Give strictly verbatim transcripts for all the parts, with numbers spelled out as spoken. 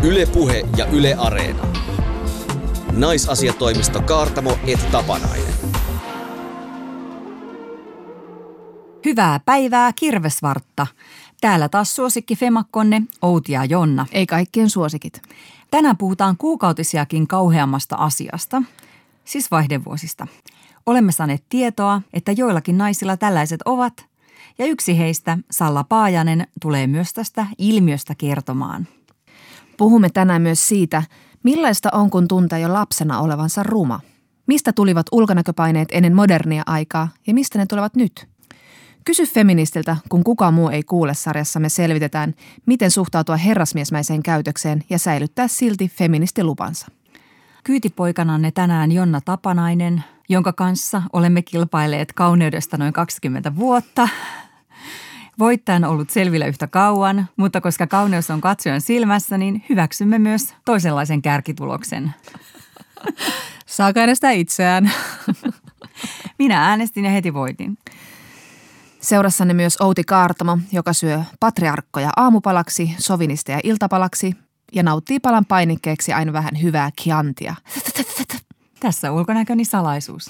Yle Puhe ja Yle Areena. Naisasiatoimisto Kaartamo et Tapanainen. Hyvää päivää, Kirvesvartta. Täällä taas suosikki Femakkonne Outi ja Jonna. Ei kaikkien suosikit. Tänään puhutaan kuukautisiakin kauheammasta asiasta, siis vaihdevuosista. Olemme saaneet tietoa, että joillakin naisilla tällaiset ovat, ja yksi heistä, Salla Paajanen, tulee myös tästä ilmiöstä kertomaan. Puhumme tänään myös siitä, millaista on, kun tuntee jo lapsena olevansa ruma. Mistä tulivat ulkonäköpaineet ennen modernia aikaa ja mistä ne tulevat nyt? Kysy feministiltä, kun kukaan muu ei kuule sarjassa me selvitetään, miten suhtautua herrasmiesmäiseen käytökseen ja säilyttää silti feministilupansa. Kyytipoikananne tänään Jonna Tapanainen, jonka kanssa olemme kilpailleet kauneudesta noin kaksikymmentä vuotta. Voittaja on ollut selvillä yhtä kauan, mutta koska kauneus on katsojan silmässä, niin hyväksymme myös toisenlaisen kärkituloksen. Saako äänestää itseään? Minä äänestin ja heti voitin. Seurassanne myös Outi Kaartamo, joka syö patriarkkoja aamupalaksi, sovinisteja iltapalaksi ja nauttii palan painikkeeksi aina vähän hyvää kiantia. Tässä ulkonäköni salaisuus.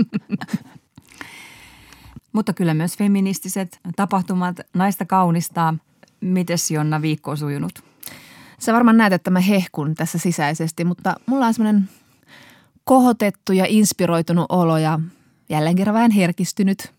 Mutta kyllä myös feministiset tapahtumat naista kaunistaa. Mites Jonna viikko on sujunut? Sä varmaan näet, että mä hehkun tässä sisäisesti, mutta mulla on semmoinen kohotettu ja inspiroitunut olo ja jälleen kerran vähän herkistynyt.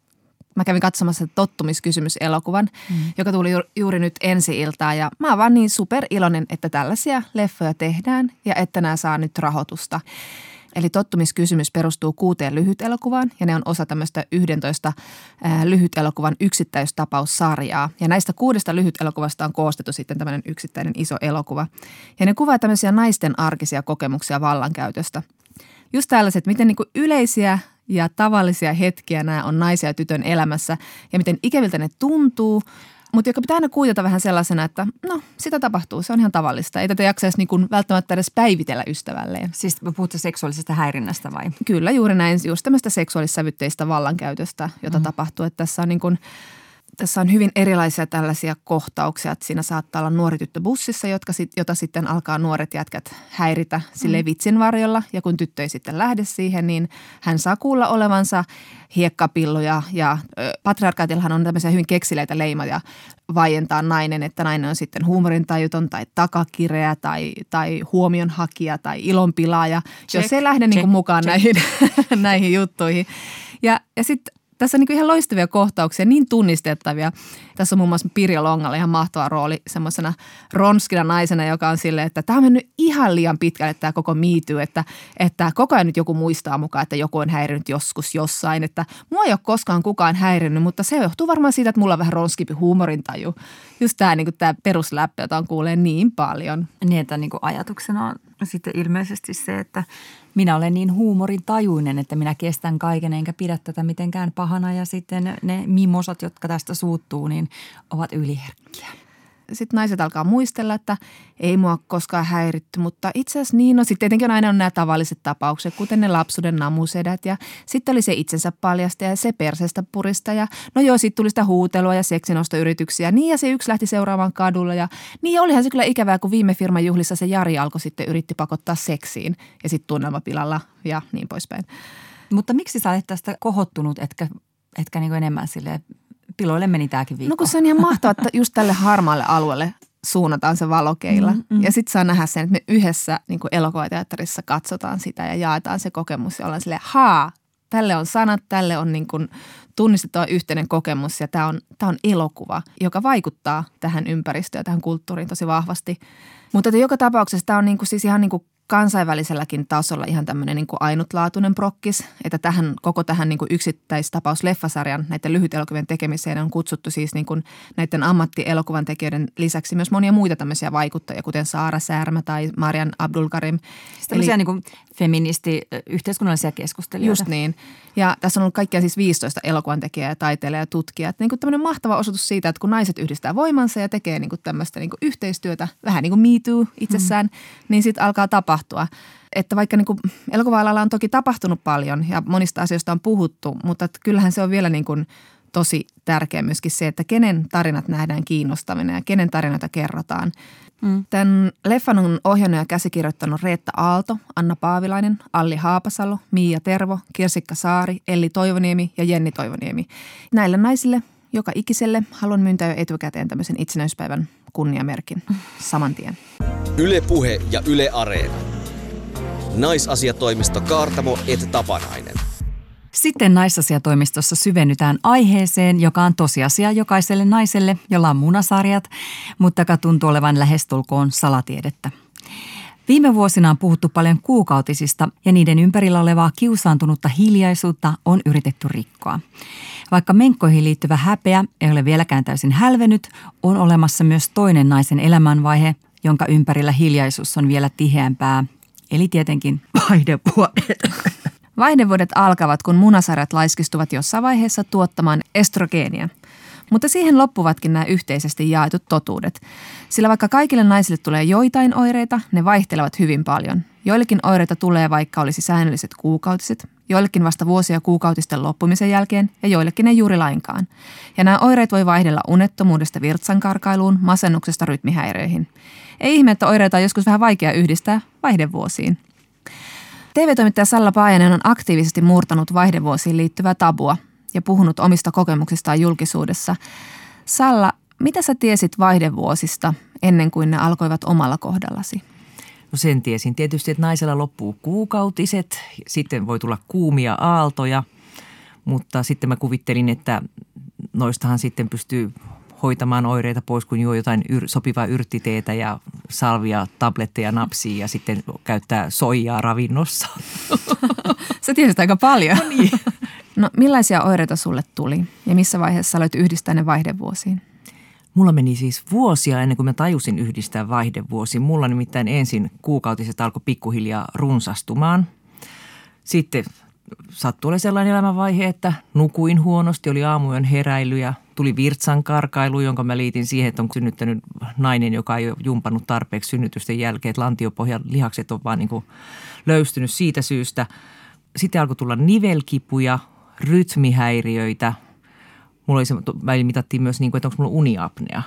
Mä kävin katsomassa Tottumiskysymys-elokuvan, mm. joka tuli ju- juuri nyt ensi-iltaan ja mä oon vaan niin superiloinen, että tällaisia leffoja tehdään ja että nämä saa nyt rahoitusta. Eli Tottumiskysymys perustuu kuuteen lyhytelokuvaan ja ne on osa tämmöistä yhdentoista ää, lyhytelokuvan yksittäistapaussarjaa. Ja näistä kuudesta lyhytelokuvasta on koostettu sitten tämmöinen yksittäinen iso elokuva. Ja ne kuvaa tämmöisiä naisten arkisia kokemuksia vallankäytöstä. Just tällaiset, miten niin kuin yleisiä ja tavallisia hetkiä nämä on naisia ja tytön elämässä ja miten ikäviltä ne tuntuu, mutta joka pitää aina kuitata vähän sellaisena, että no sitä tapahtuu, se on ihan tavallista. Ei tätä jaksaisi niin kuin välttämättä edes päivitellä ystävälleen. Siis puhutte seksuaalisesta häirinnästä vai? Kyllä, juuri näin, just tämmöistä seksuaalissävytteistä vallankäytöstä, jota mm. tapahtuu. Että tässä on niin kuin Tässä on hyvin erilaisia tällaisia kohtauksia, että siinä saattaa olla nuori tyttö bussissa, jotka sit, jota sitten alkaa nuoret jätkät häiritä silleen vitsin varjolla. Ja kun tyttö ei sitten lähde siihen, niin hän saa kuulla olevansa hiekkapilluja ja ö, patriarkaatillahan on tämmöisiä hyvin keksileitä leimoja vaientaa nainen, että nainen on sitten huumorintajuton tai takakireä tai, tai huomionhakija tai ilonpilaaja, check, jos ei lähde niin kuin mukaan näihin, näihin juttuihin. Ja, ja sitten tässä on niin kuin ihan loistavia kohtauksia, niin tunnistettavia. Tässä on muun muassa Pirjo Longalla ihan mahtava rooli semmoisena ronskina naisena, joka on silleen, että tämä on mennyt ihan liian pitkälle tämä koko Me Too, että, että koko ajan nyt joku muistaa mukaan, että joku on häirinyt joskus jossain. Että mua ei ole koskaan kukaan häirinyt, mutta se johtuu varmaan siitä, että mulla on vähän ronskimpi huumorintaju. Just tämä, niin kuin tämä perusläppä, jota on kuulee niin paljon. Niin, että niin kuin ajatuksena on sitten ilmeisesti se, että minä olen niin huumorintajuinen, että minä kestän kaiken enkä pidä tätä mitenkään pahana ja sitten ne mimosat, jotka tästä suuttuu, niin ovat yliherkkiä. Sitten naiset alkaa muistella, että ei mua koskaan häiritty, mutta itse asiassa niin, no sitten tietenkin on aina on nämä tavalliset tapaukset, kuten ne lapsuuden namusedät ja sitten oli se itsensä paljasta ja se perseestä purista ja no joo, sitten tuli sitä huutelua ja seksinostoyrityksiä, niin ja se yksi lähti seuraamaan kadulla ja niin ja olihan se kyllä ikävää, kun viime firman juhlissa se Jari alkoi sitten yritti pakottaa seksiin ja sitten tunnelmapilalla ja niin poispäin. Mutta miksi sä olet tästä kohottunut, etkä, etkä niin kuin enemmän silleen, piloille meni tämäkin viikko? No kun se on ihan mahtavaa, että just tälle harmaalle alueelle suunnataan se valokeila. Mm, mm. Ja sitten saa nähdä sen, että me yhdessä niin kuin elokuvateatterissa katsotaan sitä ja jaetaan se kokemus. Ja ollaan silleen, haa, tälle on sanat, tälle on niin kuin tunnistettava yhteinen kokemus. Ja tämä on, tämä on elokuva, joka vaikuttaa tähän ympäristöön ja tähän kulttuuriin tosi vahvasti. Mutta joka tapauksessa tämä on niin kuin siis ihan niin kuin kansainväliselläkin tasolla ihan tämmöinen niin kuin ainutlaatuinen prokkis, että tähän, koko tähän niin kuin yksittäistapaus-leffasarjan näiden lyhytelokuvien tekemiseen on kutsuttu siis niin kuin näiden ammattielokuvan tekijöiden lisäksi myös monia muita tämmöisiä vaikuttajia, kuten Saara Säärmä tai Marian Abdulkarim. Tämmöisiä niin kuin feministi-yhteiskunnallisia keskustelijoita. Just niin. Ja tässä on ollut kaikkia siis viisitoista elokuvan tekijää ja taiteilijaa ja tutkijaa. Niin kuin tämmöinen mahtava osoitus siitä, että kun naiset yhdistää voimansa ja tekee niin kuin tämmöistä niin kuin yhteistyötä, vähän niin kuin Me Too itsessään, hmm. niin sitten alkaa tapahtua. Että vaikka niin kuin elokuva-alalla on toki tapahtunut paljon ja monista asioista on puhuttu, mutta kyllähän se on vielä niin kuin tosi tärkeä myöskin se, että kenen tarinat nähdään kiinnostavina ja kenen tarinoita kerrotaan. Mm. Tämän leffan on ohjannut ja käsikirjoittanut Reetta Aalto, Anna Paavilainen, Alli Haapasalo, Miia Tervo, Kirsikka Saari, Elli Toivoniemi ja Jenni Toivoniemi. Näille naisille, joka ikiselle, haluan myöntää jo etukäteen tämmöisen itsenäispäivän kunniamerkin saman tien. Yle Puhe ja Yle Areena. Naisasiatoimisto Kaartamo et Tapanainen. Sitten naisasiatoimistossa syvennytään aiheeseen, joka on tosiasia jokaiselle naiselle, jolla on munasarjat, mutta joka tuntuu olevan lähestulkoon salatiedettä. Viime vuosina on puhuttu paljon kuukautisista ja niiden ympärillä olevaa kiusaantunutta hiljaisuutta on yritetty rikkoa. Vaikka menkkoihin liittyvä häpeä ei ole vieläkään täysin hälvennyt, on olemassa myös toinen naisen elämänvaihe, jonka ympärillä hiljaisuus on vielä tiheämpää, eli tietenkin vaihdevuodet. Vaihdevuodet alkavat, kun munasarjat laiskistuvat jossain vaiheessa tuottamaan estrogeenia. Mutta siihen loppuvatkin nämä yhteisesti jaetut totuudet. Sillä vaikka kaikille naisille tulee joitain oireita, ne vaihtelevat hyvin paljon. Joillekin oireita tulee, vaikka olisi säännölliset kuukautiset, joillekin vasta vuosia kuukautisten loppumisen jälkeen ja joillekin ei juuri lainkaan. Ja nämä oireet voi vaihdella unettomuudesta virtsankarkailuun, masennuksesta rytmihäiriöihin. Ei ihme, että oireita on joskus vähän vaikea yhdistää vaihdevuosiin. T V-toimittaja Salla Paajanen on aktiivisesti murtanut vaihdevuosiin liittyvää tabua ja puhunut omista kokemuksistaan julkisuudessa. Salla, mitä sä tiesit vaihdevuosista ennen kuin ne alkoivat omalla kohdallasi? No sen tiesin tietysti, että naisella loppuu kuukautiset, sitten voi tulla kuumia aaltoja, mutta sitten mä kuvittelin, että noistahan sitten pystyy hoitamaan oireita pois, kun juo jotain yr- sopivaa yrttiteetä ja salvia, tabletteja napsia ja sitten käyttää soijaa ravinnossa. Sä tiesit aika paljon. No niin. No millaisia oireita sulle tuli ja missä vaiheessa aloit yhdistää ne vaihdevuosiin? Mulla meni siis vuosia ennen kuin mä tajusin yhdistää vaihdevuosiin. Mulla nimittäin ensin kuukautiset alkoi pikkuhiljaa runsastumaan. Sitten sattui olla sellainen elämänvaihe, että nukuin huonosti, oli aamuyön heräilyjä, tuli virtsan karkailu, jonka mä liitin siihen, että on synnyttänyt nainen, joka ei ole jumpannut tarpeeksi synnytysten jälkeen, että lantiopohjan lihakset on vaan niin kuin löystynyt siitä syystä. Sitten alkoi tulla nivelkipuja, rytmihäiriöitä. Mulla oli se, välillä mitattiin myös, niin kuin, että onko mulla uniapnea.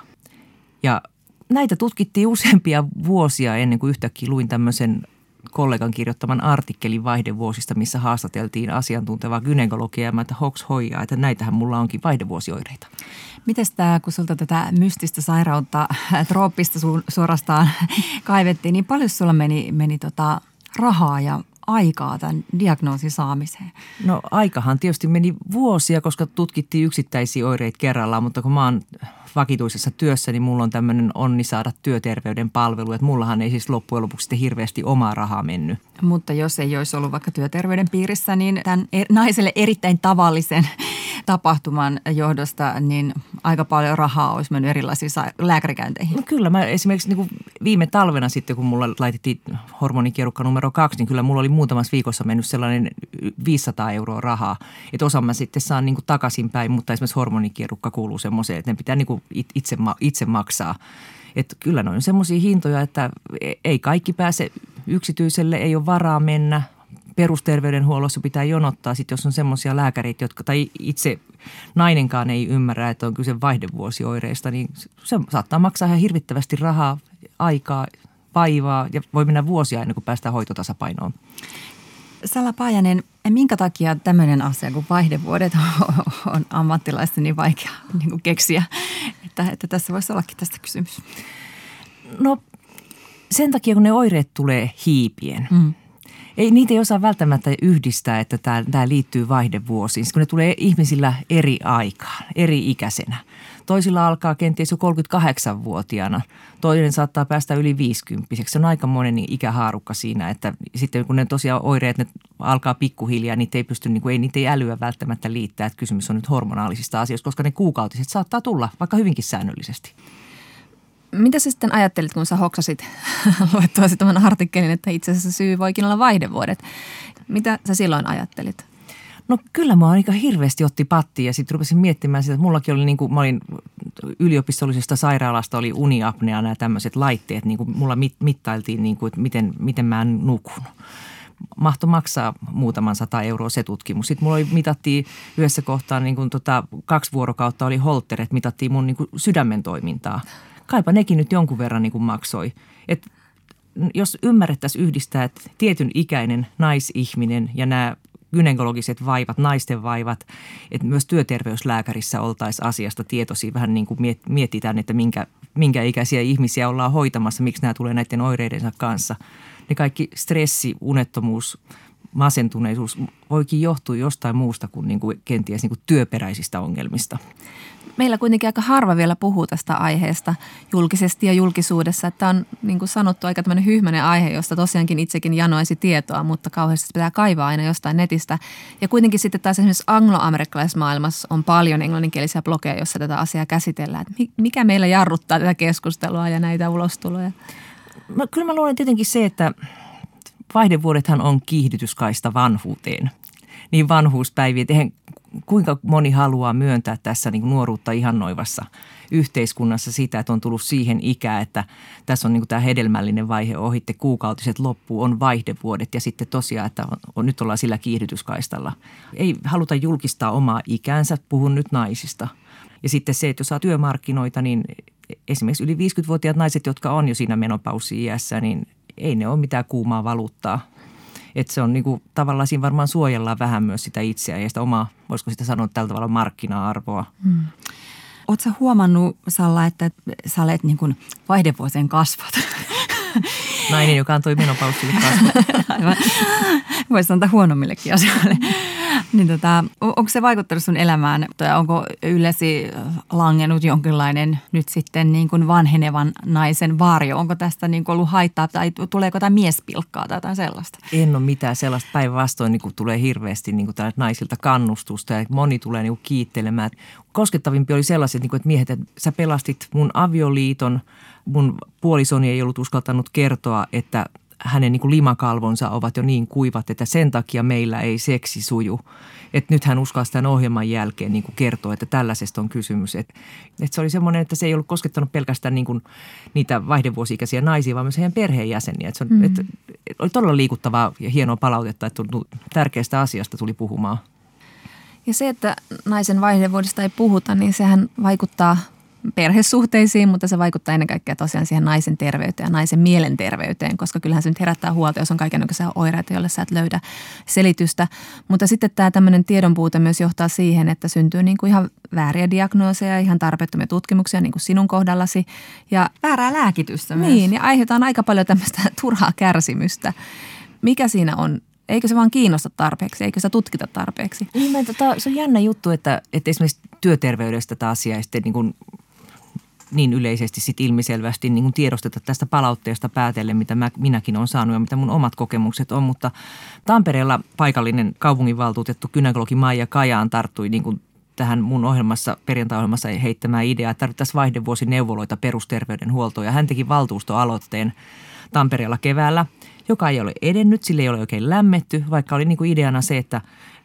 Ja näitä tutkittiin useampia vuosia ennen kuin yhtäkkiä luin tämmöisen kollegan kirjoittaman artikkelin vaihdevuosista, missä haastateltiin asiantuntevaa gynekologiaa ja mä, että hoks hoijaa, että näitähän mulla onkin vaihdevuosioireita. Mites tämä, kun sulta tätä mystistä sairautta, trooppista su- suorastaan kaivettiin, niin paljon sulla meni, meni tota rahaa ja aikaa tämän diagnoosin saamiseen? No aikahan tietysti meni vuosia, koska tutkittiin yksittäisiä oireita kerrallaan, mutta kun mä oon vakituisessa työssä, niin mulla on tämmöinen onni saada työterveyden palvelu, että mullahan ei siis loppujen lopuksi sitten hirveästi omaa rahaa mennyt. Mutta jos ei olisi ollut vaikka työterveyden piirissä, niin tämän naiselle erittäin tavallisen tapahtuman johdosta, niin aika paljon rahaa olisi mennyt erilaisiin lääkärikäynteihin. No kyllä, mä esimerkiksi niin kuin viime talvena sitten, kun mulla laitettiin hormonikierukka numero kaksi, niin kyllä mulla oli muutamassa viikossa mennyt sellainen viisisataa euroa rahaa. Että osan mä sitten saan niin kuin takaisinpäin, mutta esimerkiksi hormonikierukka kuuluu semmoiseen, että ne pitää niin kuin itse, itse maksaa. Että kyllä ne on semmoisia hintoja, että ei kaikki pääse yksityiselle, ei ole varaa mennä. Perusterveydenhuollossa pitää jonottaa, sit jos on semmoisia lääkäreitä, jotka tai itse nainenkaan ei ymmärrä, että on kyse vaihdevuosioireista, niin se saattaa maksaa ihan hirvittävästi rahaa, aikaa, vaivaa ja voi mennä vuosia ennen kuin päästään hoitotasapainoon. Salla Paajanen, minkä takia tämmöinen asia kuin vaihdevuodet on ammattilaisten niin vaikea niin kuin keksiä, että, että tässä voisi ollakin tästä kysymys? No sen takia, kun ne oireet tulee hiipien. Mm. Ei, niitä ei osaa välttämättä yhdistää, että tämä, tämä liittyy vaihdevuosiin, kun ne tulee ihmisillä eri aikaan, eri ikäisenä. Toisilla alkaa kenties jo kolmekymmentäkahdeksanvuotiaana, toinen saattaa päästä yli viisikymppiseksi. Se on aikamoinen ikähaarukka siinä, että sitten kun ne tosiaan oireet ne alkaa pikkuhiljaa, niitä ei pysty, niin kuin, ei, niitä ei älyä välttämättä liittää, että kysymys on nyt hormonaalisista asioista, koska ne kuukautiset saattaa tulla vaikka hyvinkin säännöllisesti. Mitä sä sitten ajattelit, kun sä hoksasit luettuasi tämän artikkelin, että itse asiassa syy voikin olla vaihdevuodet? Mitä sä silloin ajattelit? No kyllä mä aika hirveästi otti pattiin ja sitten rupesin miettimään sitä, että mullakin oli niin kuin, mä olin yliopistollisesta sairaalasta, oli uniapnea nämä tämmöiset laitteet, niin kuin mulla mit, mittailtiin, niin kuin, että miten, miten mä nukun. mahtoi maksaa muutaman sata euroa se tutkimus. Sitten mulla oli, mitattiin yhdessä kohtaa niin kuin tota, kaksi vuorokautta oli holteret, mitattiin mun niin kuin sydämen toimintaa. Kaipa nekin nyt jonkun verran niin kuin maksoi. Et jos ymmärrettäisiin yhdistää, että tietyn ikäinen naisihminen ja nämä gynekologiset vaivat, naisten vaivat, että myös työterveyslääkärissä oltaisiin asiasta tietoisia. Vähän niin kuin mietitään, että minkä, minkä ikäisiä ihmisiä ollaan hoitamassa, miksi nämä tulee näiden oireidensa kanssa. Ne kaikki stressi, unettomuus, masentuneisuus voikin johtua jostain muusta kuin, niin kuin kenties niin kuin työperäisistä ongelmista. Meillä kuitenkin aika harva vielä puhuu tästä aiheesta julkisesti ja julkisuudessa. Että on niin kuin sanottu aika tämmöinen hyhmäinen aihe, josta tosiaankin itsekin janoisi tietoa, mutta kauheasti pitää kaivaa aina jostain netistä. Ja kuitenkin sitten taas esimerkiksi angloamerikkalaisessa maailmassa on paljon englanninkielisiä blogeja, joissa tätä asiaa käsitellään. Että mikä meillä jarruttaa tätä keskustelua ja näitä ulostuloja? No, kyllä mä luulen tietenkin se, että vaihdevuodethan on kiihdytyskaista vanhuuteen. Niin vanhuuspäiviä, eihän kuinka moni haluaa myöntää tässä niin kuin nuoruutta ihannoivassa yhteiskunnassa sitä, että on tullut siihen ikään, että tässä on niin kuin tämä hedelmällinen vaihe ohitte, kuukautiset loppuu, on vaihdevuodet ja sitten tosiaan, että on, on, nyt ollaan sillä kiihdytyskaistalla. Ei haluta julkistaa omaa ikäänsä, puhun nyt naisista. Ja sitten se, että jos saa työmarkkinoita, niin esimerkiksi yli viisikymmentävuotiaat naiset, jotka on jo siinä menopausi-iässä, niin ei ne ole mitään kuumaa valuuttaa. Että se on niinku, tavallaan siinä varmaan suojellaan vähän myös sitä itseä ja sitä omaa, voisiko sitä sanoa tällä tavalla, markkina-arvoa. Hmm. Oletko sä huomannut, Salla, että sä olet niin kuin vaihdevuosien kasvat? Nainen, joka antoi menopausille kasvat. Aivan. Voisi antaa huonommillekin asioille. Niin tota, onko se vaikuttanut sun elämään? Tai onko yleensä langennut jonkinlainen nyt sitten niin kuin vanhenevan naisen varjo? Onko tästä niin kuin ollut haittaa tai tuleeko jotain miespilkkaa tai jotain sellaista? En ole mitään sellaista. Päinvastoin niin kuin tulee hirveästi niin kuin naisilta kannustusta ja moni tulee niin kuin kiittelemään. Koskettavimpi oli sellaiset, niin kuin, että miehet, että sä pelastit mun avioliiton. Mun puolisoni ei ollut uskaltanut kertoa, että hänen niin kuin limakalvonsa ovat jo niin kuivat, että sen takia meillä ei seksi suju. Että nyt hän uskalsi tämän ohjelman jälkeen niin kuin kertoa, että tällaisesta on kysymys. Että, että se oli semmoinen, että se ei ollut koskettanut pelkästään niin kuin niitä vaihdevuosi-ikäisiä naisia, vaan myös heidän perheenjäseniä. Että se on, mm. että, että oli todella liikuttavaa ja hienoa palautetta, että tärkeästä asiasta tuli puhumaan. Ja se, että naisen vaihdevuodesta ei puhuta, niin sehän vaikuttaa perhesuhteisiin, mutta se vaikuttaa ennen kaikkea tosiaan siihen naisen terveyteen ja naisen mielenterveyteen, koska kyllähän se nyt herättää huolta, jos on kaikenlaisia oireita, joille sä et löydä selitystä. Mutta sitten tämä tämmöinen tiedonpuute myös johtaa siihen, että syntyy niin kuin ihan vääriä diagnooseja, ihan tarpeettomia tutkimuksia niin kuin sinun kohdallasi. Ja väärää lääkitystä myös. Niin, ja aiheutaan aika paljon tämmöistä turhaa kärsimystä. Mikä siinä on? Eikö se vaan kiinnosta tarpeeksi? Eikö sitä tutkita tarpeeksi? Niin, mä, tota, se on jännä juttu, että, että esimerkiksi työterveydestä tämä asia ja sitten niin kuin niin yleisesti sit ilmiselvästi niin kuin tiedosteta tästä palautteesta päätellen, mitä mä, minäkin olen saanut ja mitä mun omat kokemukset on. Mutta Tampereella paikallinen kaupunginvaltuutettu gynekologi Maija Kajaan tarttui niin kuin tähän mun ohjelmassa, perjantai-ohjelmassa heittämään ideaa, että tarvittaisiin vaihdevuosineuvoloita perusterveydenhuoltoon. Ja hän teki valtuustoaloitteen Tampereella keväällä, joka ei ole edennyt, sille ei ole oikein lämmetty, vaikka oli niin kuin ideana se, että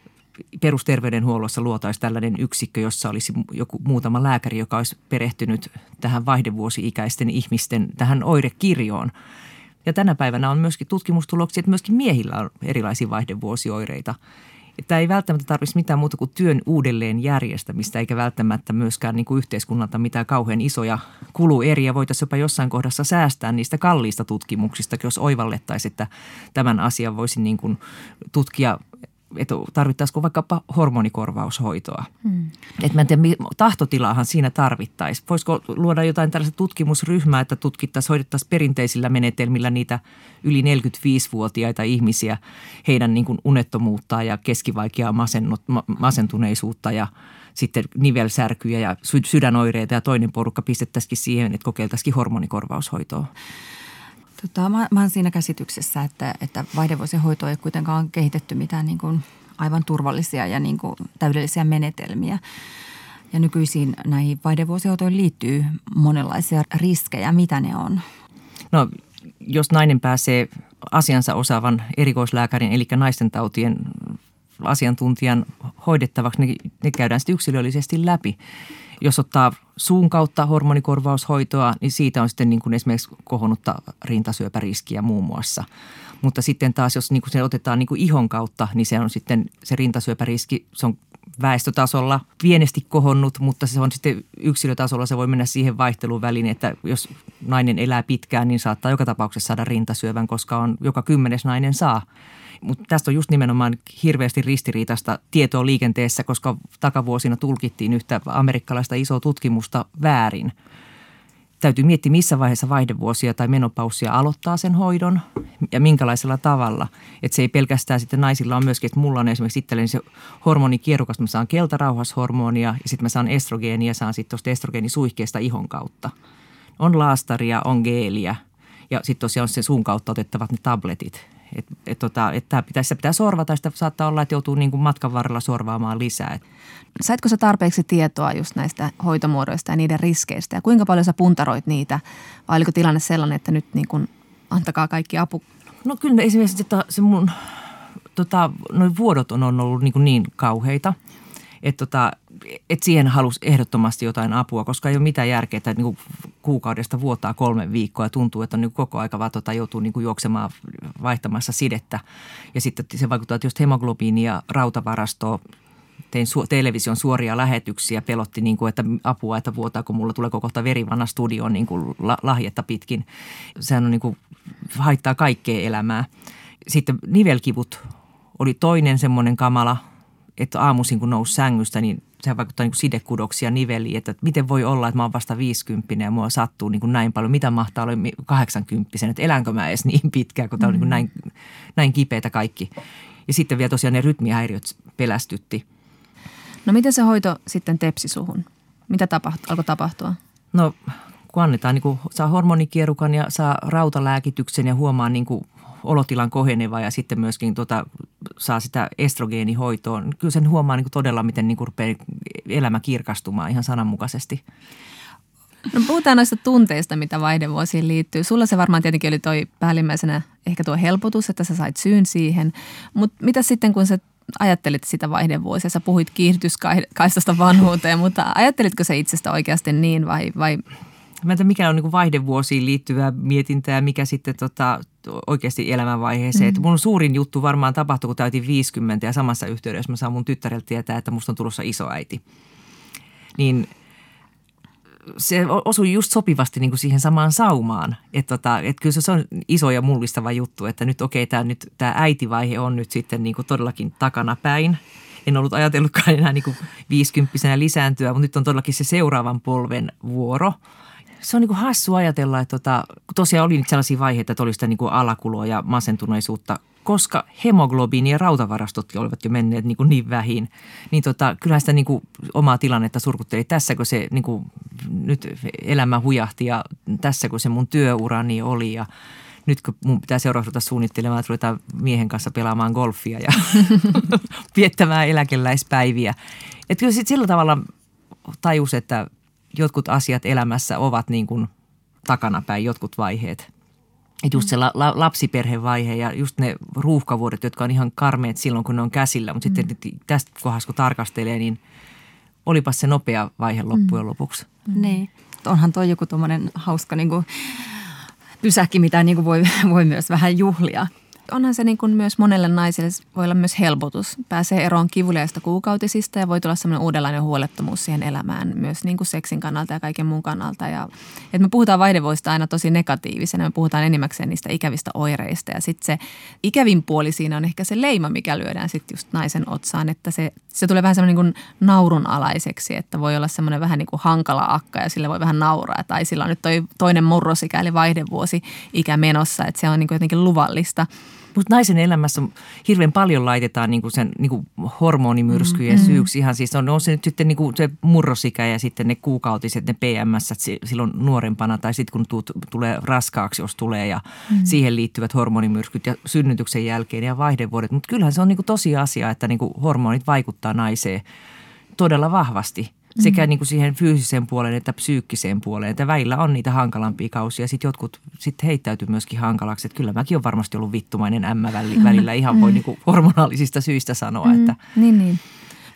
perusterveydenhuollossa luotaisiin tällainen yksikkö, jossa olisi joku muutama lääkäri, joka olisi perehtynyt tähän vaihdevuosi-ikäisten ihmisten tähän oirekirjoon. Ja tänä päivänä on myöskin tutkimustuloksia, että myöskin miehillä on erilaisia vaihdevuosioireita. Tämä ei välttämättä tarvitsisi mitään muuta kuin työn uudelleen järjestämistä, eikä välttämättä myöskään niin kuin yhteiskunnalta mitään kauhean isoja kulueriä. Voitaisiin jopa jossain kohdassa säästää niistä kalliista tutkimuksista, jos oivallettaisiin, että tämän asian voisi niin kuin tutkia, että tarvittaisiko vaikkapa hormonikorvaushoitoa. Hmm. Että mä en tiedä, tahtotilaahan siinä tarvittaisiin. Voisiko luoda jotain tällaista tutkimusryhmää, että tutkittaisiin, hoidettaisiin perinteisillä menetelmillä niitä yli neljäkymmentäviisivuotiaita ihmisiä, heidän niin kuin unettomuuttaan ja keskivaikeaa masennut, masentuneisuutta ja sitten nivelsärkyjä ja sydänoireita ja toinen porukka pistettäisikin siihen, että kokeiltaisikin hormonikorvaushoitoa. Tota, mä, mä oon siinä käsityksessä, että, että vaihdevuosien hoitoa ei kuitenkaan kehitetty mitään niin kuin aivan turvallisia ja niin kuin täydellisiä menetelmiä. Ja nykyisin näihin vaihdevuosihoitoihin liittyy monenlaisia riskejä. Mitä ne on? No, jos nainen pääsee asiansa osaavan erikoislääkärin, eli naistentautien asiantuntijan hoidettavaksi, niin ne käydään sitten yksilöllisesti läpi. Jos ottaa suun kautta hormonikorvaushoitoa, niin siitä on sitten niin kuin esimerkiksi kohonnutta rintasyöpäriskiä muun muassa. Mutta sitten taas, jos niin kuin se otetaan niin kuin ihon kautta, niin se on sitten se rintasyöpäriski, se on väestötasolla pienesti kohonnut, mutta se on sitten yksilötasolla, se voi mennä siihen vaihteluun väliin, että jos nainen elää pitkään, niin saattaa joka tapauksessa saada rintasyövän, koska on joka kymmenes nainen saa. Mutta tästä on just nimenomaan hirveästi ristiriitaista tietoa liikenteessä, koska takavuosina tulkittiin yhtä amerikkalaista isoa tutkimusta väärin. Täytyy miettiä, missä vaiheessa vaihdevuosia tai menopaussia aloittaa sen hoidon ja minkälaisella tavalla. Että se ei pelkästään sitten naisilla on myöskin, että mulla on esimerkiksi itselleni se hormonikierukas, mä saan keltarauhashormonia ja sitten mä saan estrogeenia ja saan sitten tuosta estrogeenisuihkeesta ihon kautta. On laastaria, on geeliä ja sitten tosiaan on se suun kautta otettavat ne tabletit. Että et tota, et pitää, sitä pitää sorvata ja sitä saattaa olla, että joutuu niin kuin matkan varrella sorvaamaan lisää. Saitko sä tarpeeksi tietoa just näistä hoitomuodoista ja niiden riskeistä ja kuinka paljon sä puntaroit niitä vai oliko tilanne sellainen, että nyt niin kuin antakaa kaikki apu? No kyllä esimerkiksi että se mun tota, noin vuodot on ollut niin, niin kauheita, että tota, et siihen halusi ehdottomasti jotain apua, koska ei ole mitään järkeä, että niin kuin kuukaudesta vuotaa kolme viikkoa ja tuntuu, että on niin koko aika vaan tota, joutuu niin kuin juoksemaan vaihtamassa sidettä. Ja sitten se vaikuttaa, että just hemoglobiini ja rautavarastoa, tein su- television suoria lähetyksiä, pelotti, niin kuin, että apua, että vuotaako mulla, tuleeko kohta verivana studioon niin kuin la- lahjetta pitkin. Sehän on niin kuin, haittaa kaikkea elämää. Sitten nivelkivut oli toinen semmoinen kamala, että aamuisin kun nousi sängystä, niin se vaikuttaa niin kuin sidekudoksia niveliin, että miten voi olla, että mä oon vasta viisikymppinen ja mua sattuu niin kuin näin paljon. Mitä mahtaa olla kahdeksankymppisen, että elänkö mä edes niin pitkään, kun tää on niin kuin näin, näin kipeätä kaikki. Ja sitten vielä tosiaan ne rytmihäiriöt pelästytti. No miten se hoito sitten tepsi suhun? Mitä tapahtui, alkoi tapahtua? No kun annetaan, niin kuin saa hormonikierukan ja saa rautalääkityksen ja huomaa niin kuin olotilan koheneva ja sitten myöskin tota, saa sitä estrogeenihoitoa. Kyllä sen huomaa niin kuin todella, miten niin kuin rupeaa elämä kirkastumaan ihan sananmukaisesti. No puhutaan noista tunteista, mitä vaihdevuosiin liittyy. Sulla se varmaan tietenkin oli toi päällimmäisenä ehkä tuo helpotus, että sä sait syyn siihen. Mutta mitä sitten, kun sä ajattelit sitä vaihdevuosia? Sä puhuit kiihdytyskaistasta vanhuuteen, mutta ajattelitko sä itsestä oikeasti niin vai... vai? Mä en tiedä, mikä on niin kuin vaihdevuosiin liittyvää mietintää ja mikä sitten tota, oikeasti elämänvaiheeseen. Mm-hmm. Mun suurin juttu varmaan tapahtui, kun täytin viisikymmentä ja samassa yhteydessä mä saan mun tyttäreltä tietää, että musta on tulossa isoäiti. Niin se osui just sopivasti niin kuin siihen samaan saumaan. Että tota, et kyllä se on iso ja mullistava juttu, että nyt okei, okay, tämä tämä äitivaihe on nyt sitten niin kuin todellakin takana päin. En ollut ajatellutkaan enää niin kuin viisikymppisenä lisääntyä, mutta nyt on todellakin se seuraavan polven vuoro. Se on niin kuin hassu ajatella, että tota, tosiaan oli nyt sellaisia vaiheita, että oli sitä niin kuin alakuloa ja masentuneisuutta, koska hemoglobiini ja rautavarastot olivat jo menneet niin, kuin niin vähin. Niin tota, kyllähän sitä niin kuin omaa tilannetta surkutteli. Tässäkö se niin kuin, nyt elämä hujahti ja tässäkö se mun työurani oli ja nyt kun mun pitää seuraavaksi suunnittelemaan, että ruvetaan miehen kanssa pelaamaan golfia ja viettämään eläkeläispäiviä. Että kyllä sitten sillä tavalla tajus, että jotkut asiat elämässä ovat niin kuin takanapäin, jotkut vaiheet. Että just se la, la, lapsiperhevaihe ja just ne ruuhkavuodet, jotka on ihan karmeet silloin, kun ne on käsillä. Mutta mm. sitten tästä kohdassa, kun tarkastelee, niin olipas se nopea vaihe loppujen lopuksi. Mm. Niin. Onhan toi joku tuommoinen hauska niin kuin pysäkki, mitä niin kuin voi, voi myös vähän juhlia. Onhan se niin kuin myös monelle naiselle voi olla myös helpotus. Pääsee eroon kivuliaista kuukautisista ja voi tulla sellainen uudenlainen huolettomuus siihen elämään myös niin kuin seksin kannalta ja kaiken muun kannalta. Ja, että me puhutaan vaihdevuosista aina tosi negatiivisena. Me puhutaan enimmäkseen niistä ikävistä oireista ja sitten se ikävin puoli siinä on ehkä se leima, mikä lyödään sitten just naisen otsaan. Että se, se tulee vähän semmoinen niin kuin naurunalaiseksi, että voi olla semmoinen vähän niin kuin hankala akka ja sille voi vähän nauraa. Tai sillä on nyt toi toinen murrosikä eli vaihdevuosi ikä menossa, että se on niin kuin jotenkin luvallista. Mutta naisen elämässä hirveän paljon laitetaan niinku sen niinku hormonimyrskyjen mm, syyksi. Ihan siis on, on se nyt sitten niinku se murrosikä ja sitten ne kuukautiset, ne P M S silloin nuorempana tai sitten kun tuut, tulee raskaaksi, jos tulee ja mm. siihen liittyvät hormonimyrskyt ja synnytyksen jälkeen ja vaihdevuodet. Mutta kyllähän se on niinku tosiasia, että niinku hormonit vaikuttaa naiseen todella vahvasti. Sekä niin kuin siihen fyysiseen puoleen että psyykkiseen puoleen. Että välillä on niitä hankalampia kausia. Sitten jotkut sitten heittäytyy myöskin hankalaksi. Että kyllä mäkin olen varmasti ollut vittumainen ämmä välillä. Ihan voi niin kuin hormonaalisista syistä sanoa. Mm, että. niin, niin.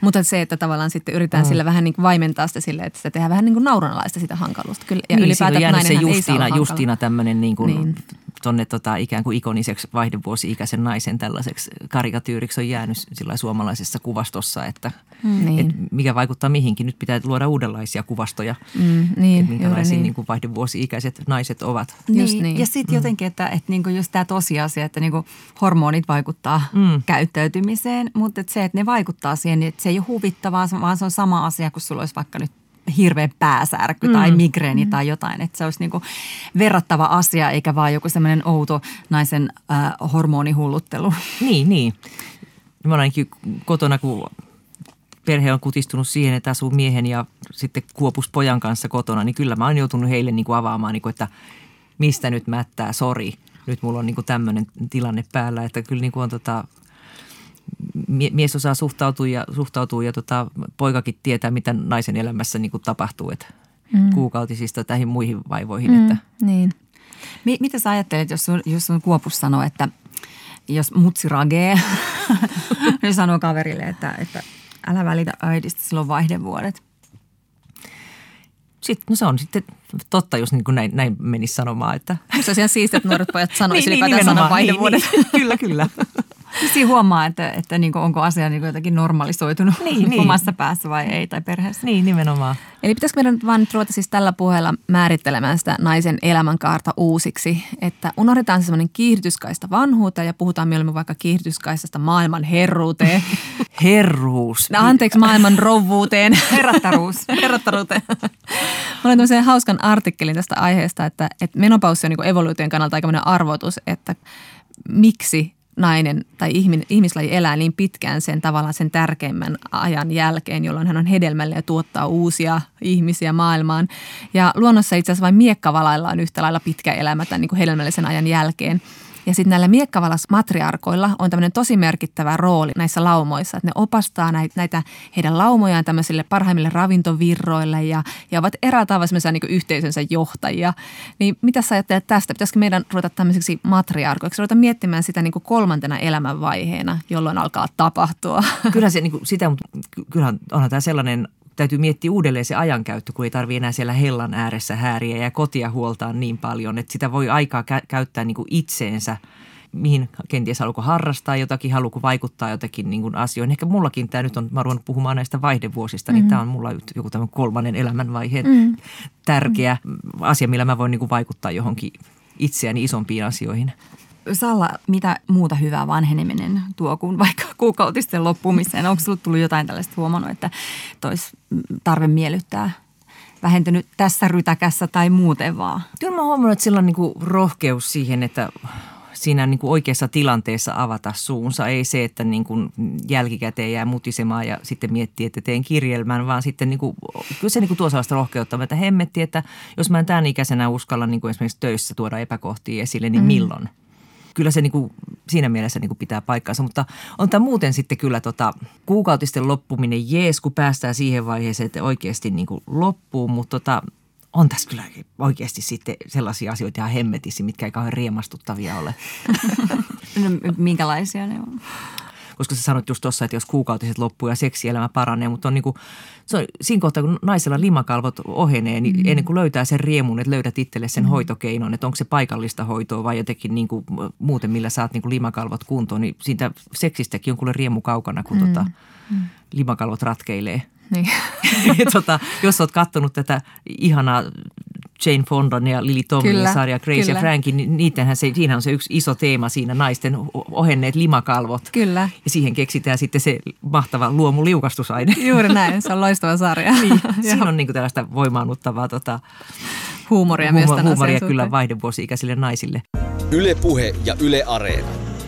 Mutta se, että tavallaan sitten yritetään mm. sillä vähän niin kuin vaimentaa sitä silleen, että sitä tehdään vähän niin kuin naurunalaista sitä hankalusta. Kyllä, ja niin, ylipäätään siinä on jäänyt se nainenhan Justiina, ei saa Justiina tämmöinen niin kuin niin. tonne tota, ikään kuin ikoniseksi vaihdevuosi-ikäisen naisen tällaiseksi karikatyyriksi on jäänyt sillä suomalaisessa kuvastossa, että mm. niin. et mikä vaikuttaa mihinkin. Nyt pitää luoda uudenlaisia kuvastoja, mm, niin, minkälaisia niin. niin kuin vaihdevuosi-ikäiset naiset ovat. Niin, niin. ja sitten jotenkin, että, että niinku just tämä tosiasia, että niinku hormonit vaikuttaa mm. käyttäytymiseen, mutta että se, että ne vaikuttaa siihen, niin että se ei ole huvittavaa, vaan se on sama asia, kun sulla olisi vaikka nyt hirveä pääsärky tai mm. migreeni mm. tai jotain, että se olisi niinku verrattava asia eikä vaan joku semmoinen outo naisen äh, hormonihulluttelu. Niin, niin. Mä olen kotona, kun perhe on kutistunut siihen, että asuu miehen ja sitten kuopus pojan kanssa kotona, niin kyllä mä oon joutunut heille niin kuin avaamaan, niin kuin, että mistä nyt mättää, sori. Nyt mulla on niin kuin tämmöinen tilanne päällä, että kyllä niin kuin on tota, mies osaa suhtautua ja, suhtautuu ja tota, poikakin tietää, mitä naisen elämässä niin kuin tapahtuu, että mm. kuukautisista tähän muihin vaivoihin. Mm, että. Niin. M- mitä sä ajattelet, jos sun, jos sun kuopus sanoo, että jos mutsi ragee, niin sanoo kaverille, että, että älä välitä äidistä, sillä on vaihdevuodet. Sitten, no se on sitten totta, jos niin kuin näin, näin menisi sanomaan. Että. Se on ihan siistiä, että nuoret pojat sanoisivat niin, ylipäätään niin, sanan vaihdevuodet. Niin, niin. Kyllä, kyllä. Siinä huomaa, että, että niin kuin onko asia niin kuin jotenkin normalisoitunut niin, niin. omassa päässä vai ei tai perheessä. Niin, nimenomaan. Eli pitäisikö meidän vaan nyt ruveta siis tällä puheella määrittelemään sitä naisen elämänkaarta uusiksi, että unohdetaan se semmoinen kiihdytyskaista vanhuuteen ja puhutaan mieluummin vaikka kiihdytyskaistasta maailman herruuteen. Herruus. No, anteeksi, maailman rouvuuteen. Herrattaruus. Herrattaruuteen. Mä olen tämmöisen hauskan artikkelin tästä aiheesta, että, että menopaussi on niin kuin evoluution kannalta aikamoinen arvotus, että miksi nainen tai ihmin, ihmislaji elää niin pitkään sen tavallaan sen tärkeimmän ajan jälkeen, jolloin hän on hedelmällinen ja tuottaa uusia ihmisiä maailmaan. Ja luonnossa itse asiassa vain miekkavalailla on yhtä lailla pitkä elämä tämän niin kuin hedelmällisen ajan jälkeen. Ja sitten näillä miekkavalasmatriarkoilla on tämmöinen tosi merkittävä rooli näissä laumoissa, että ne opastaa näitä, näitä heidän laumojaan tämmöisille parhaimmille ravintovirroille ja, ja ovat eräällä tavalla semmoisia niin kuin yhteisönsä johtajia. Niin mitä sä ajattelet tästä? Pitäisikö meidän ruveta tämmöisiksi matriarkoiksi, ruveta miettimään sitä niin kuin kolmantena elämänvaiheena, jolloin alkaa tapahtua? Kyllä se niin kuin sitä, mutta kyllähän onhan tämä sellainen, täytyy miettiä uudelleen se ajankäyttö, kun ei tarvitse enää siellä hellan ääressä hääriä ja kotia huoltaa niin paljon, että sitä voi aikaa kä- käyttää niin kuin itseensä, mihin kenties haluuko harrastaa jotakin, haluuko vaikuttaa jotakin niin kuin asioihin. Ehkä mullakin tämä nyt on, mä ruvennut puhumaan näistä vaihdevuosista, mm-hmm. niin tämä on mulla joku tämmöinen kolmannen elämänvaiheen mm-hmm. tärkeä mm-hmm. asia, millä mä voin niin kuin vaikuttaa johonkin itseäni isompiin asioihin. Salla, mitä muuta hyvää vanheneminen tuo kuin vaikka kuukautisten loppumiseen? Onko sinulle tullut jotain tällaista huomannut, että tois tarve miellyttää vähentynyt tässä rytäkässä tai muuten vaan? Kyllä mä huomannut, että sillä on niin kuin rohkeus siihen, että siinä niin kuin oikeassa tilanteessa avata suunsa. Ei se, että niin kuin jälkikäteen jää mutisemaan ja sitten miettii, että teen kirjelmän, vaan sitten niin kuin, kyllä se niin kuin tuo sellaista rohkeutta, että hemmetti, että jos mä en tämän ikäisenä uskalla niin kuin esimerkiksi töissä tuoda epäkohtia esille, niin milloin? Mm. Kyllä se niin kuin, siinä mielessä niin kuin pitää paikkaansa, mutta on tämä muuten sitten kyllä tota, kuukautisten loppuminen jees, kun päästään siihen vaiheeseen, että oikeasti niin kuin loppuu, mutta tota, on tässä kyllä oikeasti sitten sellaisia asioita ihan hemmetissä, mitkä ei kauhean riemastuttavia ole. No, minkälaisia ne on? Koska sä sanoit just tuossa, että jos kuukautiset loppuu ja seksielämä paranee, mutta on niin kuin, se on siinä kohtaa, kun naisella limakalvot ohenee, niin mm. ennen kuin löytää sen riemun, että löydät itselle sen mm. hoitokeinon, että onko se paikallista hoitoa vai jotenkin niin kuin muuten, millä saat niin kuin limakalvot kuntoon, niin siitä seksistäkin on kuule riemu kaukana, kun mm. tota, mm. limakalvot ratkeilee. Niin. tota, jos olet katsonut tätä ihanaa Jane Fondan ja Lily Tomlinin sarja Grace ja Frankie, niin niitähän se, siinä on se yksi iso teema siinä, naisten ohenneet limakalvot. Kyllä. Ja siihen keksitään sitten se mahtava luomuliukastusaine. Juuri näin, se on loistava sarja. Niin, siinä on niin kuin tällaista voimaannuttavaa tota, huumoria huumo, myös tämän huumoria asian kyllä vaihdevuosi-ikäisille naisille. Yle Puhe ja Yle Areena.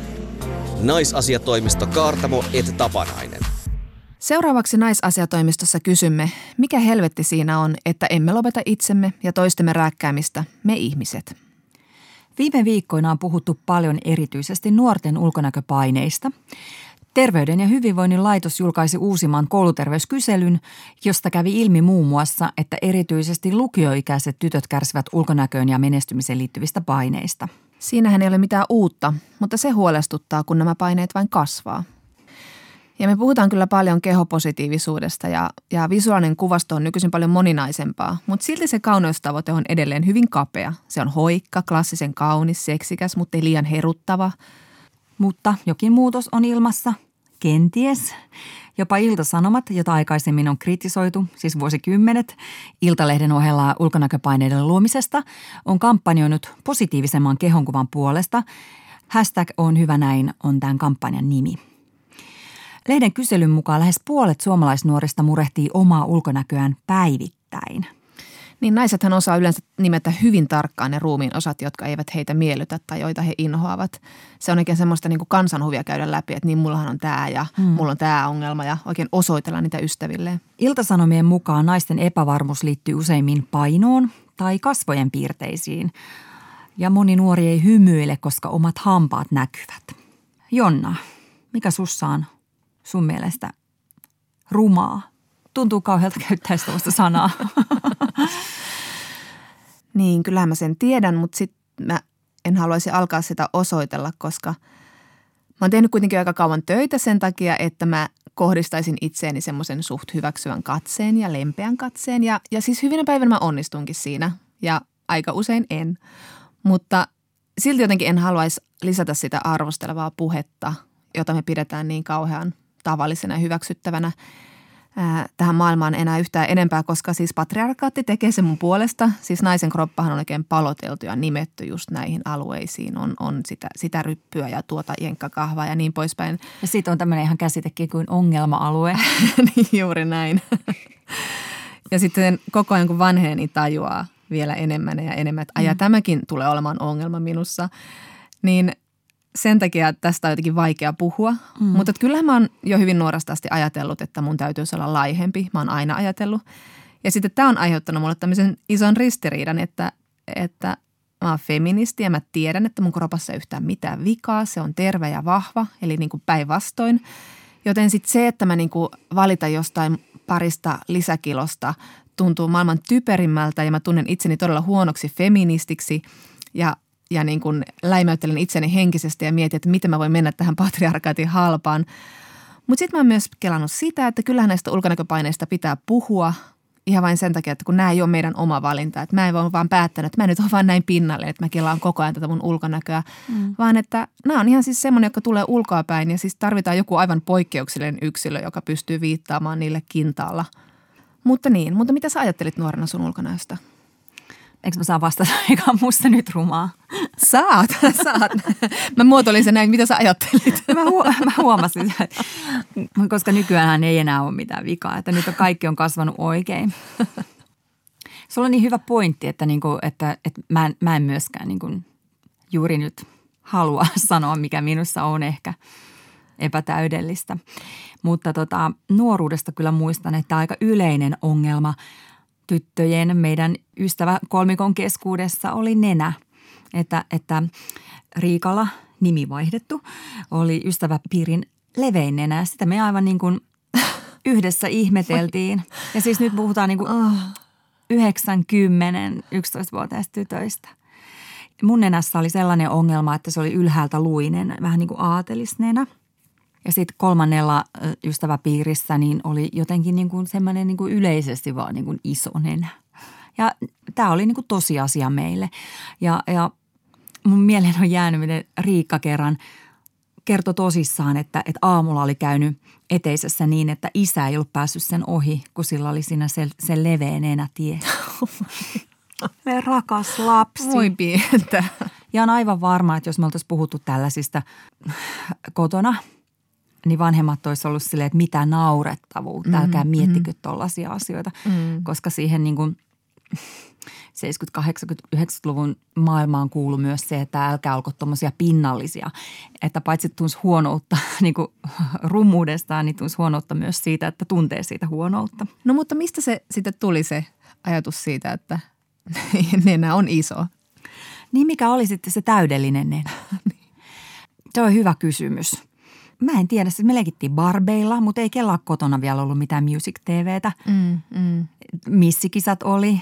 Naisasiatoimisto Kaartamo et Tapanainen. Seuraavaksi naisasiatoimistossa kysymme, mikä helvetti siinä on, että emme lopeta itsemme ja toistemme rääkkäämistä, me ihmiset. Viime viikkoina on puhuttu paljon erityisesti nuorten ulkonäköpaineista. Terveyden ja hyvinvoinnin laitos julkaisi uusimman kouluterveyskyselyn, josta kävi ilmi muun muassa, että erityisesti lukioikäiset tytöt kärsivät ulkonäköön ja menestymiseen liittyvistä paineista. Siinähän ei ole mitään uutta, mutta se huolestuttaa, kun nämä paineet vain kasvaa. Ja me puhutaan kyllä paljon kehopositiivisuudesta ja, ja visuaalinen kuvasto on nykyisin paljon moninaisempaa, mutta silti se kauneustavoite on edelleen hyvin kapea. Se on hoikka, klassisen kaunis, seksikäs, mutta ei liian heruttava. Mutta jokin muutos on ilmassa. Kenties. Jopa Ilta-Sanomat, jota aikaisemmin on kritisoitu, siis vuosikymmenet, Iltalehden ohella ulkonäköpaineiden luomisesta, on kampanjoinut positiivisemman kehonkuvan puolesta. Hashtag on hyvä näin on tämän kampanjan nimi. Lehden kyselyn mukaan lähes puolet suomalaisnuorista murehtii omaa ulkonäköään päivittäin. Niin naisethan osaa yleensä nimetä hyvin tarkkaan ne ruumiin osat, jotka eivät heitä miellytä tai joita he inhoavat. Se on oikein semmoista niin kuin kansanhuvia käydä läpi, että niin mullahan on tämä ja hmm. mulla on tämä ongelma ja oikein osoitella niitä ystävilleen. Ilta-Sanomien mukaan naisten epävarmuus liittyy useimmin painoon tai kasvojen piirteisiin. Ja moni nuori ei hymyile, koska omat hampaat näkyvät. Jonna, mikä sussa on sun mielestä rumaa? Tuntuu kauhealta käyttää sellaista sanaa. Niin, kyllähän mä sen tiedän, mutta sitten mä en haluaisi alkaa sitä osoitella, koska mä oon tehnyt kuitenkin aika kauan töitä sen takia, että mä kohdistaisin itseeni semmoisen suht hyväksyvän katseen ja lempeän katseen. Ja, ja siis hyvinä päivänä mä onnistunkin siinä ja aika usein en. Mutta silti jotenkin en haluaisi lisätä sitä arvostelevaa puhetta, jota me pidetään niin kauhean tavallisena ja hyväksyttävänä ää, tähän maailmaan enää yhtään enempää, koska siis patriarkaatti tekee sen mun puolesta. Siis naisen kroppahan on oikein paloteltu ja nimetty just näihin alueisiin. On, on sitä, sitä ryppyä ja tuota jenkkakahvaa ja niin poispäin. Ja siitä on tämmöinen ihan käsitekin kuin ongelma-alue. Niin juuri näin. Ja sitten koko ajan kun vanhenee, niin tajuaa vielä enemmän ja enemmän, että aja, mm. tämäkin tulee olemaan ongelma minussa. Niin sen takia tästä on jotenkin vaikea puhua, mm. mutta kyllähän mä oon jo hyvin nuoresta asti ajatellut, että mun täytyisi olla laihempi. Mä oon aina ajatellut. Ja sitten tämä on aiheuttanut mulle tämmöisen ison ristiriidan, että, että mä oon feministi ja mä tiedän, että mun kropassa ei yhtään mitään vikaa. Se on terve ja vahva, eli niin kuin päinvastoin. Joten sitten se, että mä niin kuin valitan jostain parista lisäkilosta tuntuu maailman typerimmältä ja mä tunnen itseni todella huonoksi feministiksi ja, ja niin kuin läimäyttelen itseni henkisesti ja mietin, että miten mä voin mennä tähän patriarkaatin halpaan. Mutta sitten mä oon myös kelannut sitä, että kyllähän näistä ulkonäköpaineista pitää puhua ihan vain sen takia, että kun nämä ei ole meidän oma valinta. Että mä en ole vaan päättänyt, että mä nyt ole vaan näin pinnalle, että mä kelaan koko ajan tätä mun ulkonäköä. Mm. Vaan että nämä on ihan siis semmoinen, joka tulee ulkoapäin ja siis tarvitaan joku aivan poikkeuksellinen yksilö, joka pystyy viittaamaan niille kintaalla. Mutta niin, mutta mitä sä ajattelit nuorena sun ulkonäöstä? Eikö mä saa vastata, eikä musta nyt rumaa? Saat, saat. Mä muotoilin sen näin, mitä sä ajattelit. Mä, hu- mä huomasin, koska nykyään ei enää ole mitään vikaa, että nyt on kaikki on kasvanut oikein. Sulla on niin hyvä pointti, että, niinku, että, että mä, en, mä en myöskään niinku juuri nyt halua sanoa, mikä minussa on ehkä epätäydellistä. Mutta tota, nuoruudesta kyllä muistan, että aika yleinen ongelma tyttöjen meidän ystävä kolmikon keskuudessa oli nenä. Että, että Riikalla, nimi vaihdettu, oli ystäväpiirin levein nenä. Sitä me aivan niin kuin yhdessä ihmeteltiin. Ja siis nyt puhutaan niin kuin yhdeksänkymmentä, yksitoistavuotiaista tytöistä. Mun nenässä oli sellainen ongelma, että se oli ylhäältä luinen, vähän niin kuin aatelisnenä. Ja sitten kolmannella ystäväpiirissä niin oli jotenkin niin kuin semmoinen niin kuin yleisesti vaan niin kuin iso nenä. Ja tämä oli niin kuin tosiasia meille. Ja, ja mun mieleen on jäänyt, miten Riikka kerran kertoi tosissaan, että, että aamulla oli käynyt eteisessä niin, että isä ei ollut päässyt sen ohi, kun sillä oli siinä se, se leveä nenätie. Me rakas lapsi. Voi pientä. Ja on aivan varma, että jos me oltaisiin puhuttu tällaisista kotona, niin vanhemmat olisi ollut silleen, että mitä naurettavuutta, mm-hmm. älkää miettikö tollaisia asioita, mm-hmm. koska siihen niin kuin seitsemänkymmentä-, kahdeksankymmentä-, yhdeksänkymmentäluvun maailmaan kuului myös se, että älkää olko tommosia pinnallisia, että paitsi tunsi huonoutta niin kuin rummuudestaan, niin tunsi huonoutta myös siitä, että tuntee siitä huonoutta. No mutta mistä se sitten tuli se ajatus siitä, että nenä on iso? Niin mikä oli sitten se täydellinen nenä? Se on hyvä kysymys. Mä en tiedä, siis me leikittiin barbeilla, mutta ei kellään kotona vielä ollut mitään music T V:tä. Mm, mm. Missikisat oli,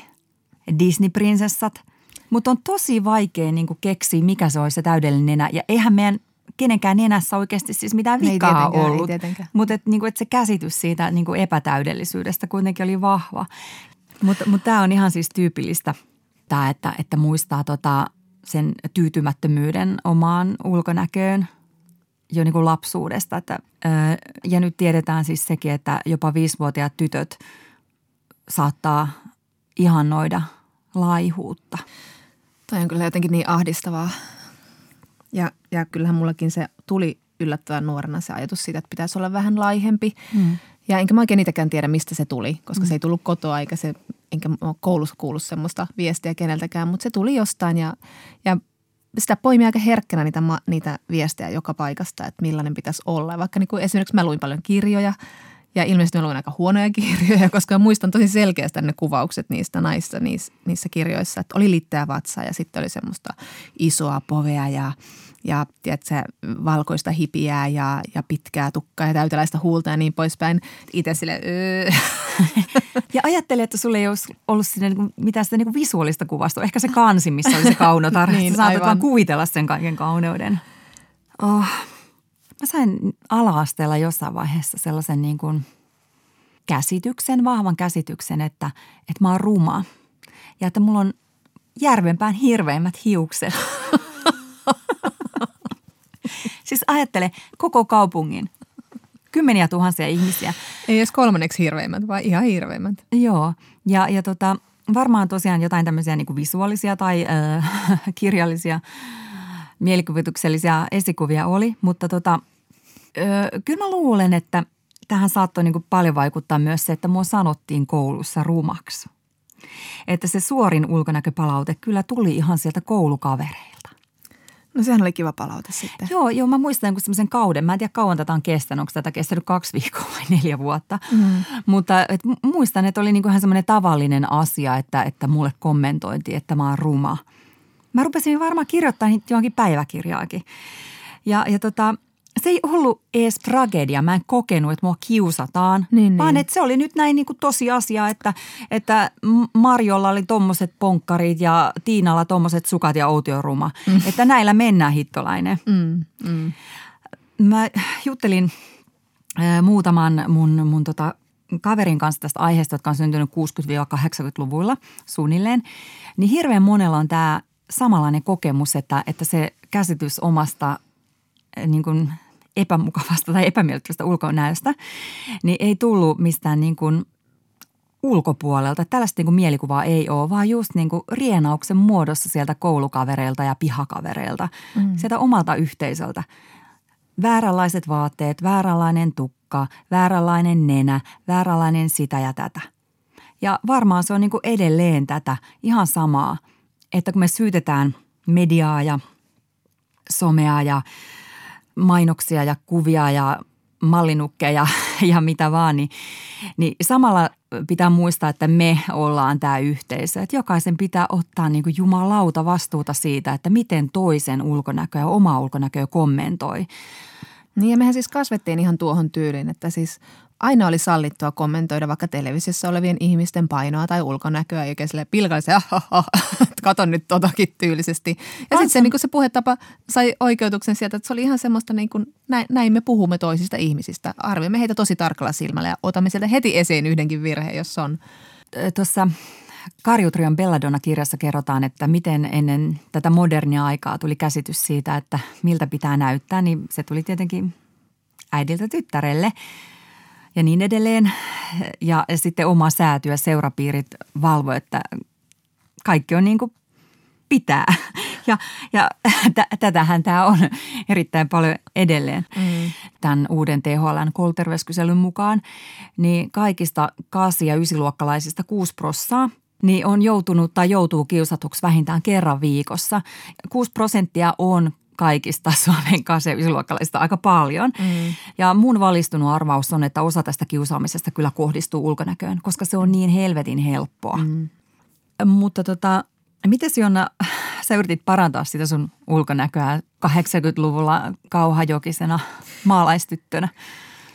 Disney-prinsessat, mutta on tosi vaikea niin kuin keksiä, mikä se olisi se täydellinen nenä. Ja eihän meidän kenenkään nenässä oikeasti siis mitään Ei vikaa tietenkään, ollut. ei tietenkään. Mutta niinku, et se käsitys siitä niinku epätäydellisyydestä kuitenkin oli vahva. Mutta mut tämä on ihan siis tyypillistä, tää, että, että muistaa tota sen tyytymättömyyden omaan ulkonäköön jo niinku lapsuudesta. Että, ö, ja nyt tiedetään siis sekin, että jopa viisivuotiaat tytöt saattaa ihannoida laihuutta. Toi on kyllä jotenkin niin ahdistavaa. Ja, ja kyllähän mullakin se tuli yllättävän nuorena se ajatus siitä, että pitäisi olla vähän laihempi. Mm. Ja enkä mä oikein niitäkään tiedä, mistä se tuli, koska mm. se ei tullut kotoa eikä se, enkä ole koulussa kuullut semmoista viestiä keneltäkään, mutta se tuli jostain ja, ja sitä poimii aika herkkänä niitä, niitä viestejä joka paikasta, että millainen pitäisi olla. Ja vaikka niin kuin esimerkiksi mä luin paljon kirjoja ja ilmeisesti mä luin aika huonoja kirjoja, koska muistan tosi selkeästi ne kuvaukset niistä naisista niissä, niissä kirjoissa, että oli litteä vatsa ja sitten oli semmoista isoa povea ja ja tiedätkö, valkoista hipiää ja, ja pitkää tukkaa ja täyteläistä huulta ja niin poispäin. Itse sille öö. Ja ajattelin, että sulla ei olisi ollut siinä niinku mitään sitä niinku visuaalista kuvasta. Ehkä se kansi, missä oli se kaunotarha. niin, saatat vaan kuvitella sen kaiken kauneuden. Oh. Mä sain ala-asteella jossain vaiheessa sellaisen niin kuin käsityksen, vahvan käsityksen, että, että mä oon ruma. Ja että mulla on järvenpään hirveimmät hiukset. Siis ajattele koko kaupungin, kymmeniä tuhansia ihmisiä. Ei edes kolmanneksi hirveimmät, vaan ihan hirveimmät. Joo, ja, ja tota, varmaan tosiaan jotain tämmöisiä niin kuin visuaalisia tai äh, kirjallisia, mielikuvituksellisia esikuvia oli. Mutta tota, äh, kyllä mä luulen, että tähän saattoi niin kuin paljon vaikuttaa myös se, että mua sanottiin koulussa rumaksi. Että se suorin ulkonäköpalaute kyllä tuli ihan sieltä koulukavereilta. No sehän oli kiva palaute sitten. Joo, joo, mä muistan jonkun semmoisen kauden. Mä en tiedä kauan tätä on kestänyt, onko tätä kestänyt kaksi viikkoa vai neljä vuotta. Mm. Mutta et, muistan, että oli niinku ihan semmoinen tavallinen asia, että, että mulle kommentointi, että mä oon ruma. Mä rupesin varmaan kirjoittaa johonkin päiväkirjaakin. Ja, ja tota, se ei ollut edes tragedia. Mä en kokenut, että mua kiusataan, niin, vaan niin. Että se oli nyt näin niin kuin tosiasia, että, että Marjolla oli tommoset ponkkarit ja Tiinalla tommoset sukat ja Outi on ruma. Mm. Että näillä mennään hittolainen. Mm, mm. Mä juttelin äh, muutaman mun, mun tota kaverin kanssa tästä aiheesta, jotka on syntynyt kuusikymmentä-kahdeksankymmentäluvuilla suunnilleen. Niin hirveän monella on tämä samanlainen kokemus, että, että se käsitys omasta niin kuin epämukavasta tai epämiellyttävästä ulkonäöstä, niin ei tullut mistään niin kuin ulkopuolelta. Tällaista niin kuin mielikuvaa ei ole, vaan just niin kuin rienauksen muodossa sieltä koulukavereilta ja pihakavereilta, mm. sieltä omalta yhteisöltä. Vääränlaiset vaatteet, vääränlainen tukka, vääränlainen nenä, vääränlainen sitä ja tätä. Ja varmaan se on niin kuin edelleen tätä ihan samaa, että kun me syytetään mediaa ja somea ja mainoksia ja kuvia ja mallinukkeja ja mitä vaan, niin, niin samalla pitää muistaa, että me ollaan tämä yhteisö. Että jokaisen pitää ottaa niin kuin jumalauta vastuuta siitä, että miten toisen ulkonäköä ja omaa ulkonäköä kommentoi. Niin ja mehän siis kasvettiin ihan tuohon tyyliin, että siis aina oli sallittua kommentoida vaikka televisiossa olevien ihmisten painoa tai ulkonäköä, joka silleen pilkaisi, katon nyt totakin tyylisesti. Ja sitten se, niin se puhetapa sai oikeutuksen sieltä, että se oli ihan semmoista niin kuin, näin, näin me puhumme toisista ihmisistä. Arvioimme heitä tosi tarkalla silmällä ja otamme sieltä heti esiin yhdenkin virheen, jos on. Tuossa Karjutrion Belladonna-kirjassa kerrotaan, että miten ennen tätä modernia aikaa tuli käsitys siitä, että miltä pitää näyttää, niin se tuli tietenkin äidiltä tyttärelle ja niin edelleen. Ja sitten oma sääty ja seurapiirit valvoi, että kaikki on niin kuin pitää. Ja, ja t- tätähän tämä on erittäin paljon edelleen. Mm. Tämän uuden T H L:n kouluterveyskyselyn mukaan, niin kaikista kasi- ja ysiluokkalaisista kuusi prossaa niin on joutunut tai joutuu kiusatuksi vähintään kerran viikossa. Kuusi prosenttia on kaikista Suomen kasi- ja ysiluokkalaisista aika paljon. Mm. Ja mun valistunut arvaus on, että osa tästä kiusaamisesta kyllä kohdistuu ulkonäköön, koska se on niin helvetin helppoa. Mm. Mutta tota, mites Jonna, sä yritit parantaa sitä sun ulkonäköä kahdeksankymmentäluvulla kauhajokisena maalaistyttönä?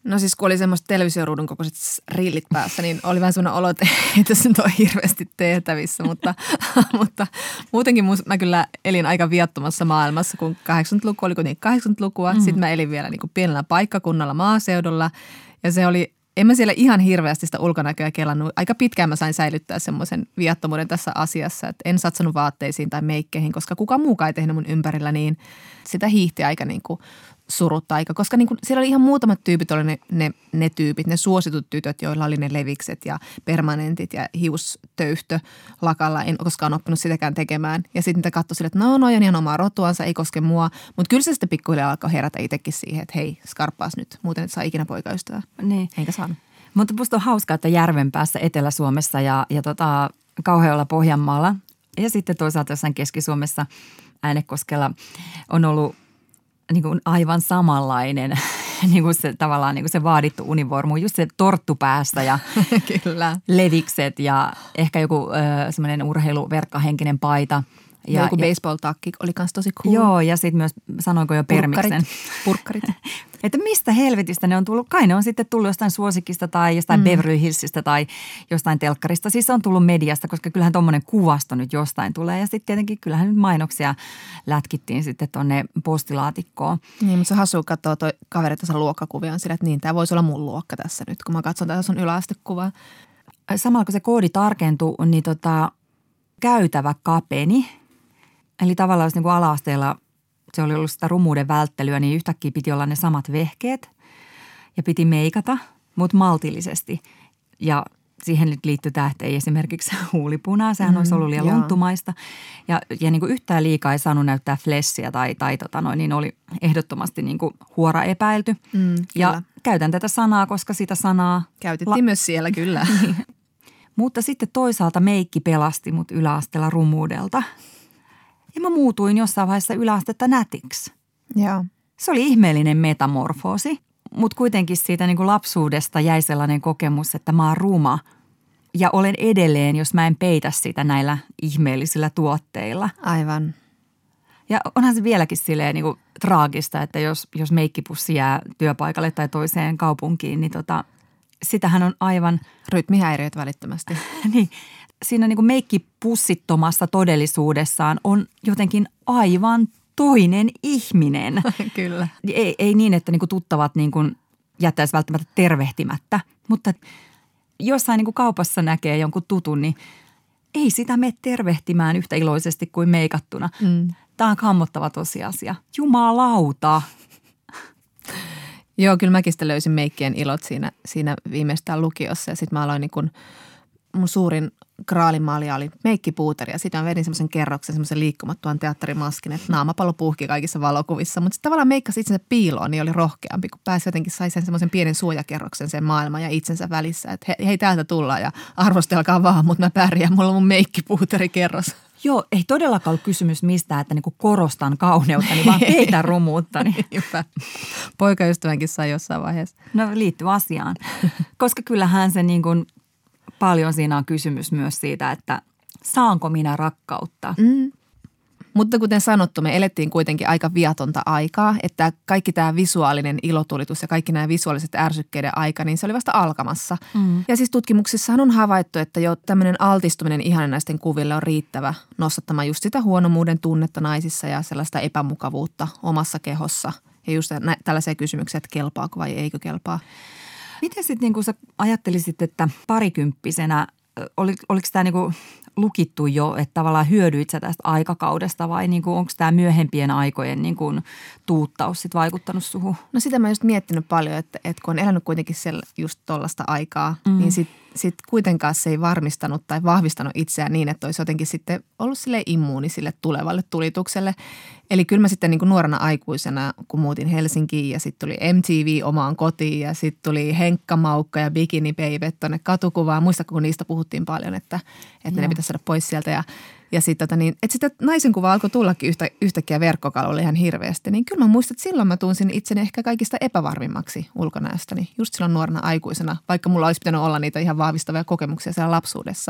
No siis kun oli semmoista televisioruudun kokoiset rillit päässä, niin oli vähän semmoinen olo, että tässä nyt on hirveästi tehtävissä, mutta, mutta muutenkin mä kyllä elin aika viattomassa maailmassa, kun kahdeksankymmentäluku oli kuitenkin kahdeksankymmentälukua. Mm. Sitten mä elin vielä niin kuin pienellä paikkakunnalla maaseudulla ja se oli, en mä siellä ihan hirveästi sitä ulkonäköä kelannut. Aika pitkään mä sain säilyttää semmoisen viattomuuden tässä asiassa, että en satsannut vaatteisiin tai meikkeihin, koska kukaan muukaan ei tehnyt mun ympärillä, niin sitä hiihti aika niin kuin surutta aika, koska niin kuin siellä oli ihan muutamat tyypit, oli ne, ne, ne tyypit, ne suositut tytöt, joilla oli ne levikset ja permanentit ja hiustöyhtö lakalla. En koskaan oppinut sitäkään tekemään. Ja sitten niitä katsoi sille, että no, no, on ihan omaa rotuansa, ei koske mua. Mutta kyllä se sitten pikkuhiljaa alkoi herätä itsekin siihen, että hei, skarppaas nyt, muuten et saa ikinä poikaystävää. Niin. Eikä saanut. Mutta musta on hauskaa, että Järvenpäässä Etelä-Suomessa ja, ja tota, Kauhajoella Pohjanmaalla ja sitten toisaalta jossain Keski-Suomessa Äänekoskella on ollut niin kuin aivan samanlainen niin kuin se, tavallaan niin kuin se vaadittu univormu, just se torttu päässä ja Kyllä. levikset ja ehkä joku ö, semmoinen urheiluverkkahenkinen paita. Ja, ja joku baseball-takki oli kans tosi cool. Joo, ja sitten myös, sanoinko jo permiksen. Purkkarit. Että mistä helvetistä ne on tullut? Kai ne on sitten tullut jostain Suosikista tai jostain mm. Beverly Hillsistä tai jostain telkkarista. Siis se on tullut mediasta, koska kyllähän tuommoinen kuvasto nyt jostain tulee. Ja sitten tietenkin kyllähän nyt mainoksia lätkittiin sitten tuonne postilaatikkoon. Niin, mutta se hassua katsoa toi kaveritansa luokkakuvia on sillä, että niin, tämä voisi olla mun luokka tässä nyt, kun mä katson tässä sun yläastekuvaa. Samalla kun se koodi tarkentui, niin tota, käytävä kapeni. Eli tavallaan jos niin kuin ala-asteella se oli ollut sitä rumuuden välttelyä, niin yhtäkkiä piti olla ne samat vehkeet ja piti meikata, mutta maltillisesti. Ja siihen nyt liittyi tämä, että ei esimerkiksi huulipunaa, sehän mm, olisi ollut liian lonttumaista. Ja, ja niin kuin yhtään liikaa ei saanut näyttää flessiä tai, tai tota noin, niin oli ehdottomasti niin kuin huora epäilty. Mm, ja käytän tätä sanaa, koska sitä sanaa käytettiin la- myös siellä, kyllä. Mutta sitten toisaalta meikki pelasti mut yläasteella rumuudelta. Ja mä muutuin jossain vaiheessa yläastetta nätiksi. Joo. Se oli ihmeellinen metamorfoosi, mutta kuitenkin siitä niin kuin lapsuudesta jäi sellainen kokemus, että mä oon ruma. Ja olen edelleen, jos mä en peitä sitä näillä ihmeellisillä tuotteilla. Aivan. Ja onhan se vieläkin silleen niin kuin traagista, että jos, jos meikkipussi jää työpaikalle tai toiseen kaupunkiin, niin tota, sitähän on aivan... Rytmihäiriöt välittömästi. Niin. Siinä niin kuin meikkipussittomassa todellisuudessaan on jotenkin aivan toinen ihminen. Kyllä. Ei, ei niin, että niin kuin tuttavat niin kuin jättäisi välttämättä tervehtimättä, mutta jossain niin kuin kaupassa näkee jonkun tutun, niin ei sitä mene tervehtimään yhtä iloisesti kuin meikattuna. Mm. Tämä on kammottava tosiasia. Jumalauta. Joo, kyllä mäkin sitten löysin meikkien ilot siinä, siinä viimeistään lukiossa ja sitten mä aloin niin kuin mun suurin graalimaalia oli meikkipuuteri ja sitten mä vedin semmoisen kerroksen, semmoisen liikkumattoman teatterimaskin, että naamapallo puhki kaikissa valokuvissa. Mutta sitten tavallaan meikkasi itsensä piiloon, niin oli rohkeampi, kun pääsi jotenkin sai sen semmoisen pienen suojakerroksen sen maailman ja itsensä välissä. Että hei, hei täältä tullaan ja arvostelkaa vaan, mutta mä pärjään, mulla on mun meikkipuuterikerros. Joo, ei todellakaan ollut kysymys mistään, että niinku korostan kauneuttani, vaan peitän rumuuttani. Niinpä. Poikaystävänkin sai jossain vaiheessa. No liittyy asiaan, koska kyllähän se niin kuin paljon siinä on kysymys myös siitä, että saanko minä rakkautta. Mm. Mutta kuten sanottu, me elettiin kuitenkin aika viatonta aikaa, että kaikki tämä visuaalinen ilotulitus ja kaikki nämä visuaaliset ärsykkeiden aika, niin se oli vasta alkamassa. Mm. Ja siis tutkimuksissahan on havaittu, että jo tämmöinen altistuminen ihanennaisten kuville on riittävä nostattamaan just sitä huonomuuden tunnetta naisissa ja sellaista epämukavuutta omassa kehossa. Ja just nä- tällaisia kysymyksiä, että kelpaako vai eikö kelpaa. Miten sitten niin sä ajattelisit, että parikymppisenä, oli, oliko tämä niin lukittu jo, että tavallaan hyödyit sä tästä aikakaudesta vai niin onko tämä myöhempien aikojen niin kuin tuuttaus sit vaikuttanut suhun? No sitä mä just miettinyt paljon, että, että kun on elänyt kuitenkin siellä just tollaista aikaa, mm. niin sitten sit kuitenkaan se ei varmistanut tai vahvistanut itseään niin, että olisi jotenkin sitten ollut sille immuuni sille tulevalle tulitukselle. Eli kyllä mä sitten niin kuin nuorena aikuisena, kun muutin Helsinkiin ja sitten tuli M T V omaan kotiin ja sitten tuli Henkka Maukka ja Bikini Baby tuonne katukuvaan. Muistatko, kun niistä puhuttiin paljon, että, että ne pitäisi saada pois sieltä ja Ja sitten tota niin, että sitä naisen kuva alkoi tullakin yhtä, yhtäkkiä verkkokalvoille ihan hirveästi. Niin kyllä mä muistan, että silloin mä tunsin itseni ehkä kaikista epävarmimmaksi ulkonäöstäni. Just silloin nuorena aikuisena, vaikka mulla olisi pitänyt olla niitä ihan vahvistavia kokemuksia siellä lapsuudessa.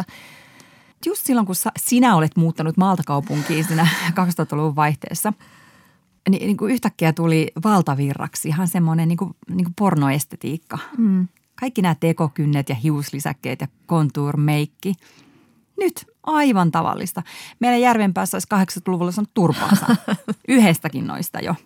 Just silloin, kun sinä olet muuttanut maaltakaupunkiin siinä kaksituhattaluvun vaihteessa, niin, niin kuin yhtäkkiä tuli valtavirraksi ihan semmoinen niin kuin, niin kuin pornoestetiikka. Mm. Kaikki nämä tekokynnet ja hiuslisäkkeet ja contour-meikki. Nyt aivan tavallista. Meidän Järvenpäässä olisi kahdeksankymmentäluvulla saanut turpaansa. Yhdestäkin noista jo.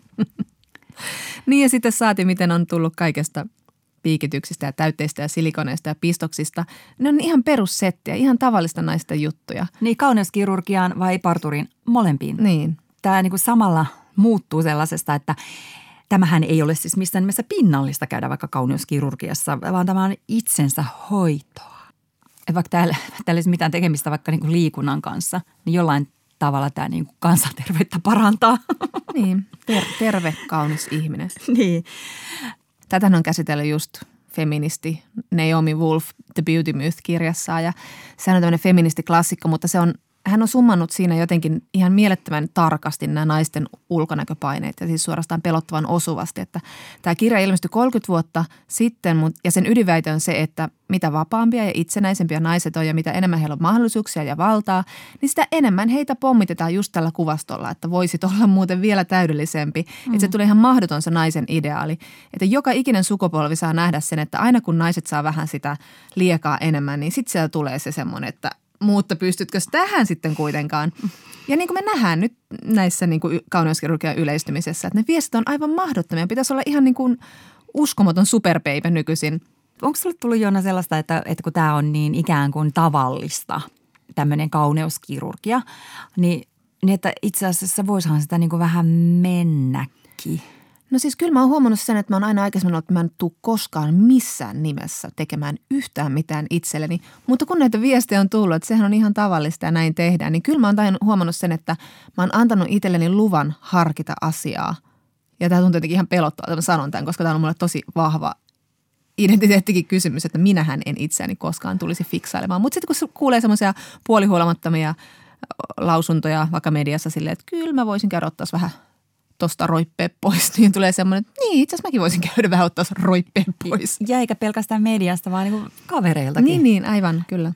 Niin ja sitten saati, miten on tullut kaikesta piikityksistä ja täytteistä ja silikoneista ja pistoksista. Ne on ihan perussettiä, ihan tavallista naisten juttuja. Niin kauneuskirurgiaan vai parturin molempiin. Niin. Tämä niin kuin samalla muuttuu sellaisesta, että tämähän ei ole siis missään nimessä pinnallista käydä vaikka kauneuskirurgiassa, vaan tämä on itsensä hoitoa. Et vaikka täällä, täällä ei olisi mitään tekemistä vaikka niin kuin liikunnan kanssa, niin jollain tavalla tämä niin kuin kansanterveyttä parantaa. Niin, ter- terve, kaunis ihminen. Niin. Tätähän on käsitellyt just feministi Naomi Wolf The Beauty Myth-kirjassaan ja sehän on tämmöinen feministiklassikko, mutta se on, hän on summannut siinä jotenkin ihan mielettömän tarkasti nämä naisten ulkonäköpaineet ja siis suorastaan pelottavan osuvasti, että tämä kirja ilmestyi kolmekymmentä vuotta sitten ja sen ydinväite on se, että mitä vapaampia ja itsenäisempiä naiset on ja mitä enemmän heillä on mahdollisuuksia ja valtaa, niin sitä enemmän heitä pommitetaan just tällä kuvastolla, että voisit olla muuten vielä täydellisempi. Mm. Että se tulee ihan mahdoton se naisen ideaali, että joka ikinen sukupolvi saa nähdä sen, että aina kun naiset saa vähän sitä liekaa enemmän, niin sitten siellä tulee se semmoinen, että mutta pystytkö tähän sitten kuitenkaan? Ja niin kuin me nähdään nyt näissä niin kuin kauneuskirurgian yleistymisessä, että ne viestit on aivan mahdottomia. Pitäisi olla ihan niin kuin uskomaton superbaby nykyisin. Onko sulle tullut, Jonna, sellaista, että, että kun tämä on niin ikään kuin tavallista, tämmöinen kauneuskirurgia, niin, niin että itse asiassa voisihan sitä niin kuin vähän mennäkin? No siis kyllä mä oon huomannut sen, että mä oon aina aikaisemmin ollut, että mä en tule koskaan missään nimessä tekemään yhtään mitään itselleni. Mutta kun näitä viestejä on tullut, että sehän on ihan tavallista ja näin tehdään, niin kyllä mä oon huomannut sen, että mä oon antanut itselleni luvan harkita asiaa. Ja tämä tuntuu jotenkin ihan pelottavalta, että mä sanon tämän, koska tämä on mulle tosi vahva identiteettikin kysymys, että minähän en itseäni koskaan tulisi fiksailemaan. Mutta sitten kun kuulee semmoisia puolihuolimattomia lausuntoja vaikka mediassa silleen, että kyllä mä voisin käydä ottaa vähän tuosta roippea pois, niin tulee semmoinen, että niin itse asiassa mäkin voisin käydä vähän ottaa roippea pois. Ja eikä pelkästään mediasta, vaan niinku kavereiltakin. Niin, niin, aivan, kyllä.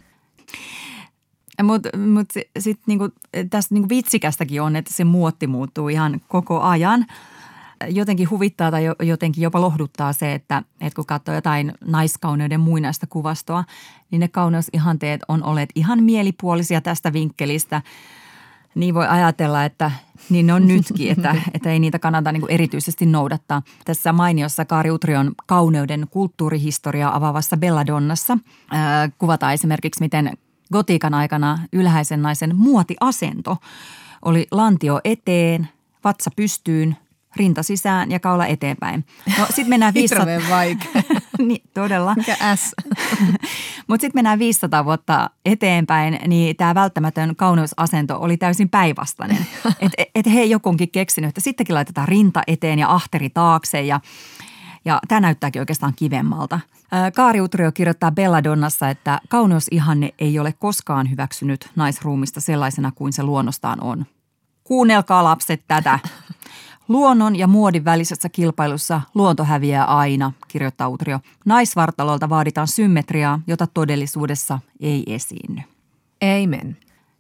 Mutta mut sitten niinku, tästä niinku vitsikästäkin on, että se muotti muuttuu ihan koko ajan. Jotenkin huvittaa tai jotenkin jopa lohduttaa se, että, että kun katsoo jotain naiskauneuden muinaista kuvastoa, niin ne kauneusihanteet on olleet ihan mielipuolisia tästä vinkkelistä. Niin voi ajatella, että niin ne on nytkin, että, että ei niitä kannata niin kuin erityisesti noudattaa. Tässä mainiossa Kaari Utrion kauneuden kulttuurihistoriaa avaavassa Belladonnassa ää, kuvataan esimerkiksi, miten gotiikan aikana ylhäisen naisen muotiasento oli lantio eteen, vatsa pystyyn, rinta sisään ja kaula eteenpäin. No sit mennään viisisataa... Hirveän vaikea. Niin, todella. Mikä S? Mutta sitten mennään viisisataa vuotta eteenpäin, niin tämä välttämätön kauneusasento oli täysin päinvastainen. Että et he jokunkin keksinyt, että sittenkin laitetaan rinta eteen ja ahteri taakse ja, ja tämä näyttääkin oikeastaan kivemmalta. Kaari Utrio kirjoittaa Belladonnassa, että kauneusihanne ei ole koskaan hyväksynyt naisruumista sellaisena kuin se luonnostaan on. Kuunnelkaa lapset tätä. Luonnon ja muodin välisessä kilpailussa luonto häviää aina, kirjoittaa Utrio. Naisvartalolta vaaditaan symmetriaa, jota todellisuudessa ei esiinny. Amen.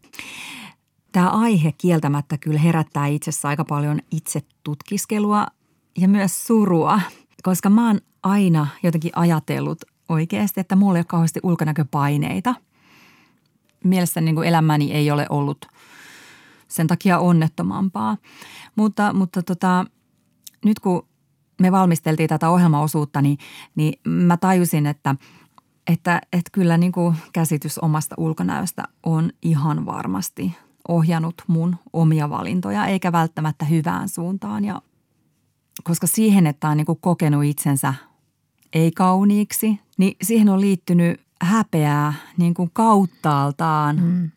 Tämä aihe kieltämättä kyllä herättää itsessä aika paljon itsetutkiskelua ja myös surua, koska mä oon aina jotenkin ajatellut oikeasti, että mulla ei ole kauheasti ulkonäköpaineita. Mielestäni niin kuin elämäni ei ole ollut sen takia onnettomampaa. Mutta, mutta tota, nyt kun me valmisteltiin tätä ohjelmaosuutta, niin, niin mä tajusin, että, että, että kyllä niin kuin käsitys omasta ulkonäöstä on ihan varmasti ohjannut mun omia valintoja, eikä välttämättä hyvään suuntaan. Ja, koska siihen, että on niin kuin kokenut itsensä ei kauniiksi, niin siihen on liittynyt häpeää niin kuin kauttaaltaan. Mm.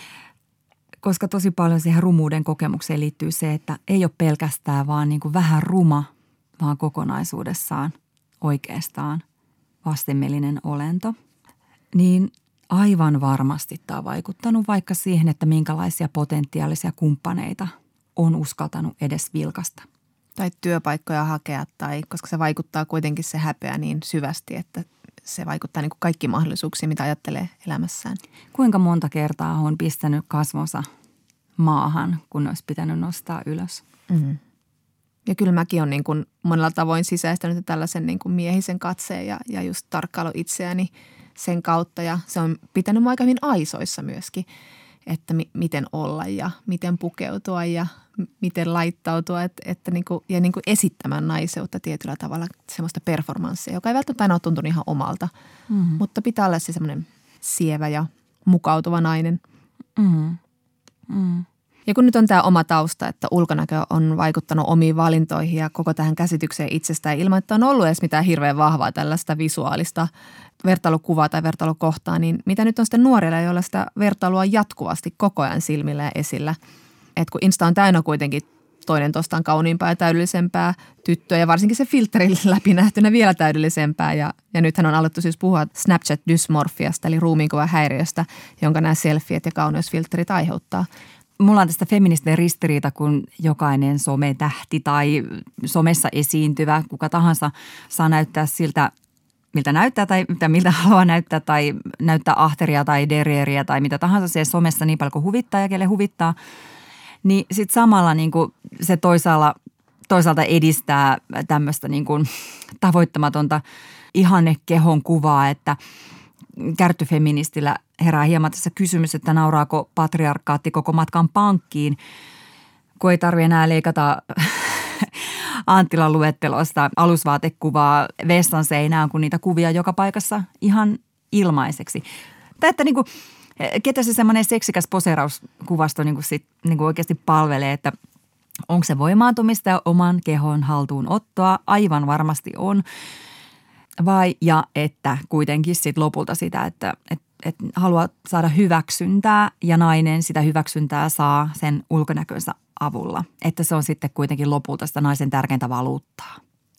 Koska tosi paljon siihen rumuuden kokemukseen liittyy se, että ei ole pelkästään vaan niin kuin vähän ruma, vaan kokonaisuudessaan oikeastaan vastenmielinen olento. Niin aivan varmasti tämä on vaikuttanut vaikka siihen, että minkälaisia potentiaalisia kumppaneita on uskaltanut edes vilkasta. Tai työpaikkoja hakea, tai koska se vaikuttaa kuitenkin se häpeä niin syvästi, että se vaikuttaa niin kuin kaikki mahdollisuuksiin, mitä ajattelee elämässään. Kuinka monta kertaa on pistänyt kasvonsa maahan, kun olisi pitänyt nostaa ylös? Mm. Ja kyllä mäkin olen niin kuin monella tavoin sisäistänyt tällaisen niin kuin miehisen katseen ja, ja just tarkkailu itseäni sen kautta. Ja se on pitänyt mua aika hyvin aisoissa myöskin, että mi- miten olla ja miten pukeutua ja m- miten laittautua. Et, että niin kuin, ja niin kuin esittämään naiseutta tietyllä tavalla, semmoista performanssia, joka ei välttämättä aina ole tuntunut ihan omalta. Mm-hmm. Mutta pitää olla se semmoinen sievä ja mukautuva nainen. Mm-hmm. Mm. Ja kun nyt on tämä oma tausta, että ulkonäkö on vaikuttanut omiin valintoihin ja koko tähän käsitykseen itsestään ilman, että on ollut edes mitään hirveän vahvaa tällaista visuaalista vertailukuvaa tai vertailukohtaa, niin mitä nyt on sitten nuorilla, joilla sitä vertailua jatkuvasti koko ajan silmillä ja esillä. Että kun Insta on täynnä kuitenkin toinen tostaan kauniimpaa ja täydellisempää tyttöä ja varsinkin se filterin läpi nähtynä vielä täydellisempää. Ja, ja nythän on alettu siis puhua Snapchat-dysmorfiasta eli ruumiinkuvan häiriöstä, jonka nämä selfiet ja kauneusfilterit aiheuttaa. Mulla on tästä feministinen ristiriita, kun jokainen sometähti tai somessa esiintyvä, kuka tahansa saa näyttää siltä, miltä näyttää tai miltä haluaa näyttää tai näyttää ahteria tai derrieriä tai mitä tahansa se somessa niin paljon kuin huvittaa ja kelle huvittaa. Niin sitten samalla niin kuin se toisaalla, toisaalta edistää tämmöistä niin kuin tavoittamatonta ihannekehon kuvaa, että kärttyfeministillä herää hieman tässä kysymys, että nauraako patriarkaatti koko matkan pankkiin, kun ei tarvitse enää leikata Anttilan luettelosta alusvaatekuvaa vessan seinään, kun niitä kuvia joka paikassa ihan ilmaiseksi. Tai että niin kuin, ketä se semmoinen seksikäs poseerauskuvasto niin kuin sit, niin kuin oikeasti palvelee, että onko se voimaantumista ja oman kehon haltuunottoa? Aivan varmasti on. Vai ja että kuitenkin sit lopulta sitä, että et, et haluaa saada hyväksyntää ja nainen sitä hyväksyntää saa sen ulkonäkönsä avulla. Että se on sitten kuitenkin lopulta sitä naisen tärkeintä valuuttaa.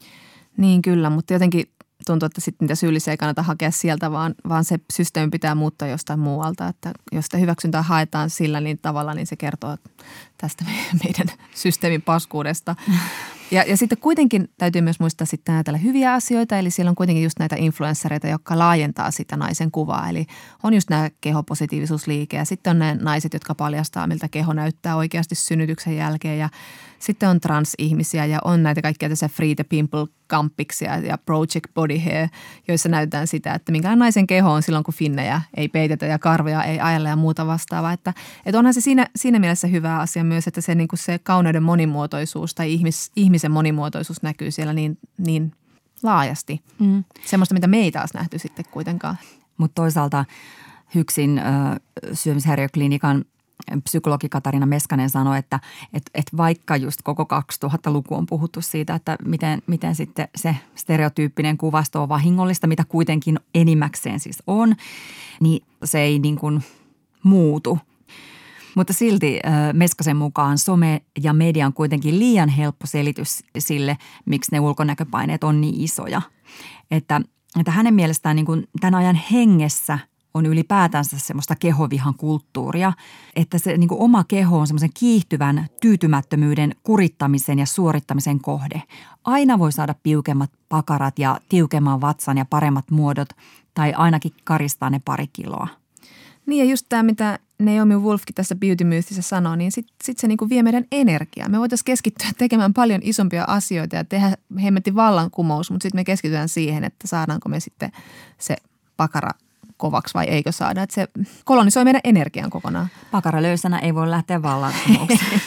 Niin kyllä, mutta jotenkin tuntuu, että sitten niitä syyllisiä ei kannata hakea sieltä, vaan, vaan se systeemi pitää muuttaa jostain muualta. Että jos sitä hyväksyntää haetaan sillä niin tavalla, niin se kertoo tästä meidän systeemin paskuudesta. Ja, ja sitten kuitenkin täytyy myös muistaa sitten ajatella hyviä asioita, eli siellä on kuitenkin just näitä influenssereita, jotka laajentaa sitä naisen kuvaa. Eli on just nämä kehopositiivisuusliike ja sitten on ne naiset, jotka paljastaa, miltä keho näyttää oikeasti synnytyksen jälkeen. Ja sitten on transihmisiä ja on näitä kaikkia tässä Free the Pimple-kampiksia ja Project Body Hair, joissa näytetään sitä, että minkälainen naisen keho on silloin, kun finnejä ei peitetä ja karvoja ei ajella ja muuta vastaavaa. Että, että onhan se siinä, siinä mielessä hyvä asia myös, että se, niin kuin se kauneuden monimuotoisuus tai ihmis, ihmisen monimuotoisuus näkyy siellä niin, niin laajasti. Mm. Semmoista, mitä me ei taas nähty sitten kuitenkaan. Mutta toisaalta HYKSin ö, syömishäiriöklinikan psykologi Katarina Meskanen sanoi, että et, et vaikka just koko kaksituhattaluku on puhuttu siitä, että miten, miten sitten se stereotyyppinen kuvasto on vahingollista, mitä kuitenkin enimmäkseen siis on, niin se ei niin kuin muutu. Mutta silti Meskasen mukaan some ja media on kuitenkin liian helppo selitys sille, miksi ne ulkonäköpaineet on niin isoja. Että, että hänen mielestään niin kuin tämän ajan hengessä on ylipäätänsä semmoista kehovihan kulttuuria, että se niin kuin oma keho on semmoisen kiihtyvän tyytymättömyyden kurittamisen ja suorittamisen kohde. Aina voi saada piukemmat pakarat ja tiukemman vatsan ja paremmat muodot tai ainakin karistaa ne pari kiloa. Niin ja just tämä, mitä Naomi Wolfkin tässä Beauty Mythissä sanoo, niin sitten sit se niinku vie meidän energiaa. Me voitaisiin keskittyä tekemään paljon isompia asioita ja tehdä hemmetin vallankumous, mutta sitten me keskitytään siihen, että saadaanko me sitten se pakara kovaksi vai eikö saada. Että se kolonisoi meidän energian kokonaan. Pakara löysänä ei voi lähteä vallankumoukseen.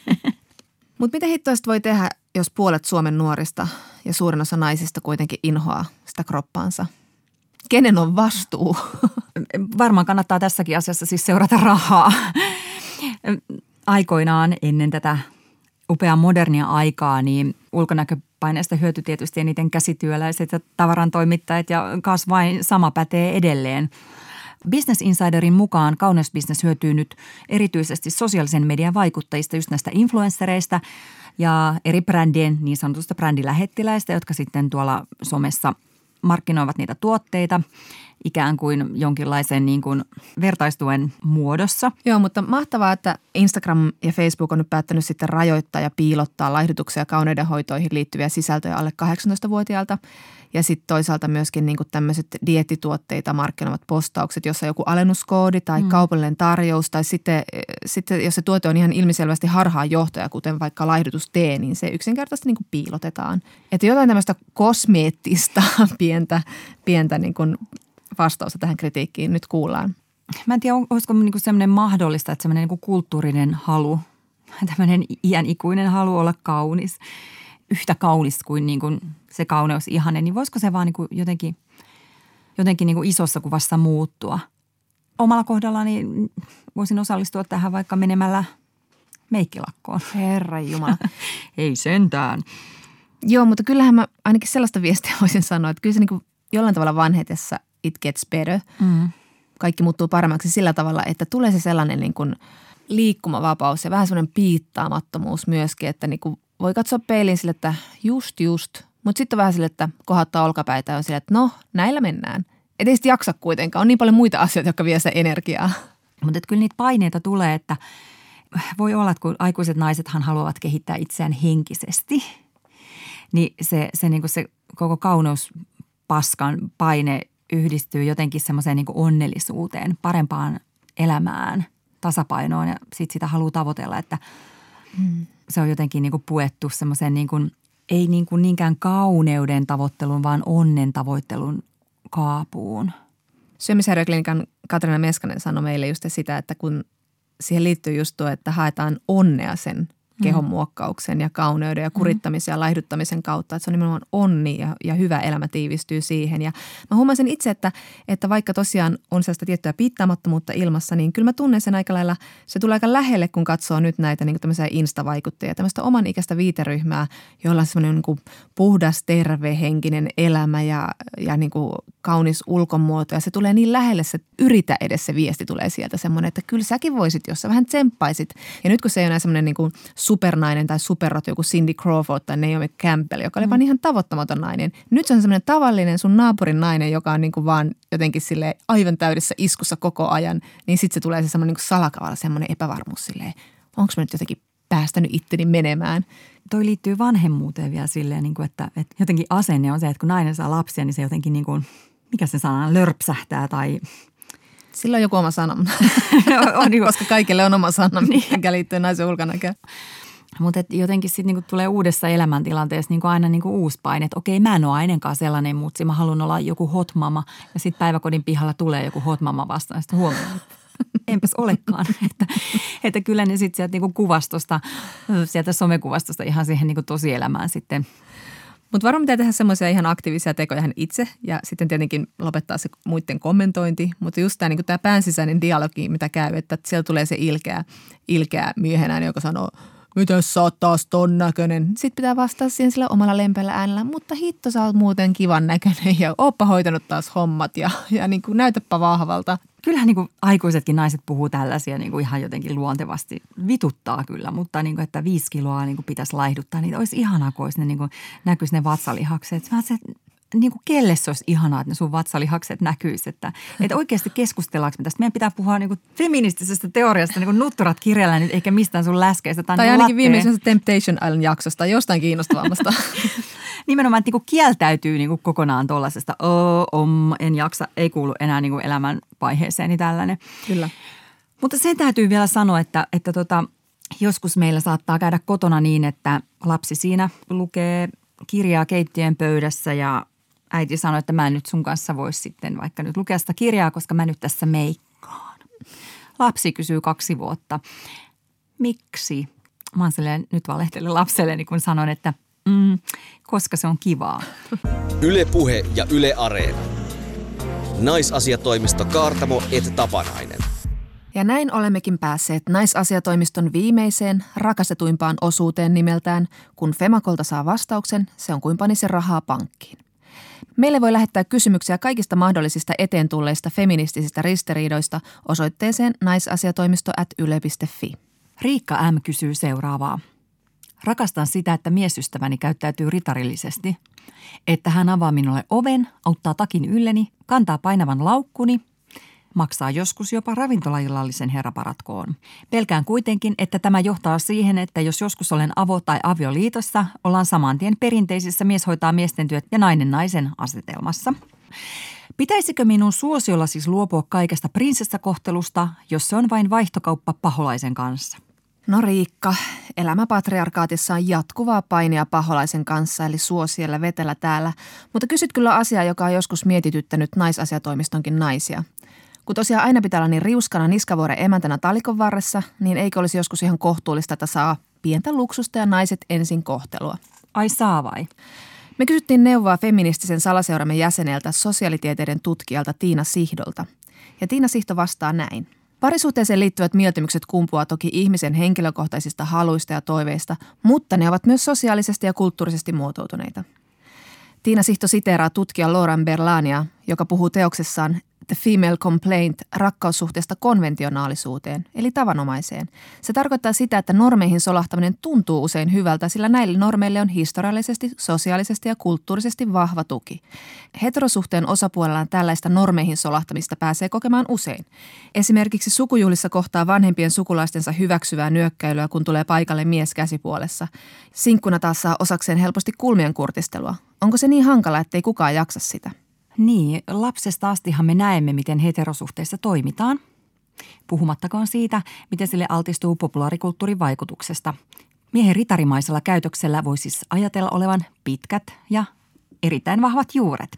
Mutta mitä hittoista voi tehdä, jos puolet Suomen nuorista ja suurin osa naisista kuitenkin inhoaa sitä kroppaansa? Kenen on vastuu? Varmaan kannattaa tässäkin asiassa siis seurata rahaa. Aikoinaan ennen tätä upeaa modernia aikaa, niin ulkonäköpaineesta hyötyi tietysti eniten käsityöläiset ja tavarantoimittajat ja kas vain sama pätee edelleen. Business Insiderin mukaan kauneusbisnes hyötyy nyt erityisesti sosiaalisen median vaikuttajista, just näistä influenssereista ja eri brändien niin sanotusta brändilähettiläistä, jotka sitten tuolla somessa markkinoivat niitä tuotteita. ikään kuin jonkinlaisen niin kuin vertaistuen muodossa. Joo, mutta mahtavaa, että Instagram ja Facebook on nyt päättänyt sitten rajoittaa ja piilottaa laihdutuksia ja kauneudenhoitoihin liittyviä sisältöjä alle kahdeksantoistavuotiaalta. Ja sitten toisaalta myöskin niin kuin tämmöiset dieettituotteita markkinoivat postaukset, jossa on joku alennuskoodi tai mm. kaupallinen tarjous. Tai sitten, sitten, jos se tuote on ihan ilmiselvästi harhaanjohtaja, kuten vaikka laihdutustee, niin se yksinkertaisesti niin kuin piilotetaan. Että jotain tämmöistä kosmeettista pientä, pientä niin kuin vastausta tähän kritiikkiin nyt kuullaan. Mä en tiedä, olisiko niin kuin semmoinen mahdollista, että semmoinen niin kuin kulttuurinen halu, tämmöinen iän ikuinen halu olla kaunis, yhtä kaunis kuin, niin kuin se kauneus ihane, niin voisiko se vaan niin kuin jotenkin, jotenkin niin kuin isossa kuvassa muuttua? Omalla kohdallani voisin osallistua tähän vaikka menemällä meikkilakkoon. Herranjumala. Ei sentään. Joo, mutta kyllähän mä ainakin sellaista viestiä voisin sanoa, että kyllä se niin kuin jollain tavalla vanhetessa it gets better. Mm. Kaikki muuttuu paremmaksi sillä tavalla, että tulee se sellainen niin kuin liikkumavapaus ja vähän semmoinen piittaamattomuus myöskin, että niin kuin voi katsoa peiliin sille, että just just, mutta sitten vähän sille, että kohottaa olkapäitä ja on sille, että no näillä mennään. Et ei sitten jaksa kuitenkaan, on niin paljon muita asioita, jotka vie sitä energiaa. Mutta kyllä niitä paineita tulee, että voi olla, että kun aikuiset naisethan haluavat kehittää itseään henkisesti, niin se, se, niin kuin se koko kauneuspaskan paine yhdistyy jotenkin semmoiseen niin kuin onnellisuuteen, parempaan elämään, tasapainoon ja sitten sitä haluaa tavoitella, että mm. se on jotenkin niin kuin puettu semmoiseen niin kuin, ei niin kuin niinkään kauneuden tavoittelun, vaan onnen tavoittelun kaapuun. Syömishäiriöklinikan Katriina Meskanen sanoi meille just sitä, että kun siihen liittyy just tuo, että haetaan onnea sen kehon muokkauksen ja kauneuden ja kurittamisen ja laihduttamisen kautta. Että se on nimenomaan onni ja, ja hyvä elämä tiivistyy siihen. Ja mä huomasin itse, että, että vaikka tosiaan on sellaista tiettyä piittaamattomuutta ilmassa, niin kyllä mä tunnen sen aika lailla, se tulee aika lähelle, kun katsoo nyt näitä niin kuin tämmöisiä Insta-vaikuttajia, tämmöistä oman ikäistä viiteryhmää, joilla on semmoinen niin kuin puhdas, tervehenkinen elämä ja, ja niin kuin kaunis ulkomuoto. Ja se tulee niin lähelle, se yritä edes se viesti tulee sieltä semmoinen, että kyllä säkin voisit, jos sä vähän tsemppaisit. Ja nyt kun se ei ole enää semmoinen niin kuin supernainen tai superrot, joku Cindy Crawford tai Naomi Campbell, joka oli mm. vaan ihan tavoittamaton nainen. Nyt se on semmoinen tavallinen sun naapurin nainen, joka on niin kuin vaan jotenkin silleen aivan täydessä iskussa koko ajan. Niin sitten se tulee se semmoinen niin kuin salakavalla semmoinen epävarmuus silleen, onko mä nyt jotenkin päästänyt itteni menemään. Toi liittyy vanhemmuuteen vielä silleen, niin kuin että, että jotenkin asenne on se, että kun nainen saa lapsia, niin se jotenkin niin kuin, mikä se sana, lörpsähtää tai sillä on joku oma sana, on, niin koska kaikille on oma sana, mikä liittyy naisen ulkonäköön. Mutta jotenkin sitten niinku tulee uudessa elämäntilanteessa niinku aina niinku uusi paine, että okei, mä en ole ainakaan sellainen mutsi, mä haluan olla joku hot mama. Ja sitten päiväkodin pihalla tulee joku hot mama vastaan, sitten huomioon, enpäs olekaan. että, että kyllä ne sitten sieltä niinku kuvastosta, sieltä somekuvastosta ihan siihen niinku tosielämään sitten. Mutta varmaan pitää tehdä semmoisia ihan aktiivisia tekoja hän itse ja sitten tietenkin lopettaa se muiden kommentointi. Mutta just tämä niin päänsisäinen dialogi, mitä käy, että siellä tulee se ilkeä, ilkeä miehenä, joka sanoo, mitä sä oot taas ton näköinen. Sitten pitää vastata siihen sillä omalla lempeällä äänellä, mutta hitto sä oot muuten kivan näköinen ja ooppa hoitanut taas hommat ja, ja niin kuin näytäpä vahvalta. Kyllähän niin kuin aikuisetkin naiset puhuu tällaisia niin kuin ihan jotenkin luontevasti. Vituttaa kyllä, mutta niin kuin, että viisi kiloa niin kuin pitäisi laihduttaa. Niin olisi ihanaa, kun olisi ne, niin kuin, näkyisi ne vatsalihakset. Mä se, niin kuin kelle se olisi ihanaa, että ne sun vatsalihakset näkyisi. Että, että oikeasti keskustellaanko me tästä. Meidän pitää puhua niin kuin feministisestä teoriasta, niin kuin nutturat kirjalla nyt, eikä mistään sun läskeistä. Tai, tai niin ainakin viimeisestä Temptation Island jaksosta, jostain kiinnostavammasta. Nimenomaan, että niin kieltäytyy niin kuin kokonaan tuollaisesta, oh, om, en jaksa, ei kuulu enää niin kuin elämän vaiheeseeni tällainen. Kyllä. Mutta sen täytyy vielä sanoa, että, että tota, joskus meillä saattaa käydä kotona niin, että lapsi siinä lukee kirjaa keittiön pöydässä ja äiti sanoo, että mä en nyt sun kanssa voisi sitten vaikka nyt lukea sitä kirjaa, koska mä nyt tässä meikkaan. Lapsi kysyy kaksi vuotta. Miksi? Mä oon silleen, nyt valehtelen lapselleni, kun sanon, että mm, koska se on kivaa. Yle Puhe ja Yle Areena. Naisasiatoimisto Kaartamo et Tapanainen. Ja näin olemmekin päässeet Naisasiatoimiston viimeiseen, rakastetuimpaan osuuteen nimeltään, kun Femakolta saa vastauksen, se on kuin panisi rahaa pankkiin. Meille voi lähettää kysymyksiä kaikista mahdollisista eteen tulleista feministisistä ristiriidoista osoitteeseen naisasiatoimisto at yle piste fi. Riikka M. kysyy seuraavaa. Rakastan sitä, että miesystäväni käyttäytyy ritarillisesti. Että hän avaa minulle oven, auttaa takin ylleni, kantaa painavan laukkuni, maksaa joskus jopa ravintolaillallisen herraparatkoon. Pelkään kuitenkin, että tämä johtaa siihen, että jos joskus olen avo- tai avioliitossa, ollaan saman tien perinteisissä mies hoitaa miesten työt ja nainen naisen asetelmassa. Pitäisikö minun suosiolla siis luopua kaikesta prinsessakohtelusta, jos se on vain vaihtokauppa paholaisen kanssa? No Riikka, elämä patriarkaatissa on jatkuvaa painia paholaisen kanssa, eli suosiella vetellä täällä. Mutta kysyt kyllä asiaa, joka on joskus mietityttänyt naisasiatoimistonkin naisia. Kun tosiaan aina pitää olla niin riuskana niskavuoren emäntänä talikon varressa, niin eikö olisi joskus ihan kohtuullista, että saa pientä luksusta ja naiset ensin kohtelua? Ai saa vai? Me kysyttiin neuvoa feministisen salaseuramme jäseneltä sosiaalitieteiden tutkijalta Tiina Sihdolta. Ja Tiina Sihto vastaa näin. Parisuhteeseen liittyvät mieltymykset kumpuaa toki ihmisen henkilökohtaisista haluista ja toiveista, mutta ne ovat myös sosiaalisesti ja kulttuurisesti muotoutuneita. Tiina Sihto siteeraa tutkija Laurent Berlania, joka puhuu teoksessaan The Female Complaint rakkaussuhteesta konventionaalisuuteen, eli tavanomaiseen. Se tarkoittaa sitä, että normeihin solahtaminen tuntuu usein hyvältä, sillä näille normeille on historiallisesti, sosiaalisesti ja kulttuurisesti vahva tuki. Heterosuhteen osapuolellaan tällaista normeihin solahtamista pääsee kokemaan usein. Esimerkiksi sukujuhlissa kohtaa vanhempien sukulaistensa hyväksyvää nyökkäilyä, kun tulee paikalle mies käsipuolessa. Sinkkuna taas saa osakseen helposti kulmien kurtistelua. Onko se niin hankala, ettei kukaan jaksa sitä? Niin, lapsesta astihan me näemme, miten heterosuhteissa toimitaan. Puhumattakaan siitä, miten sille altistuu populaarikulttuurin vaikutuksesta. Miehen ritarimaisella käytöksellä voi siis ajatella olevan pitkät ja erittäin vahvat juuret.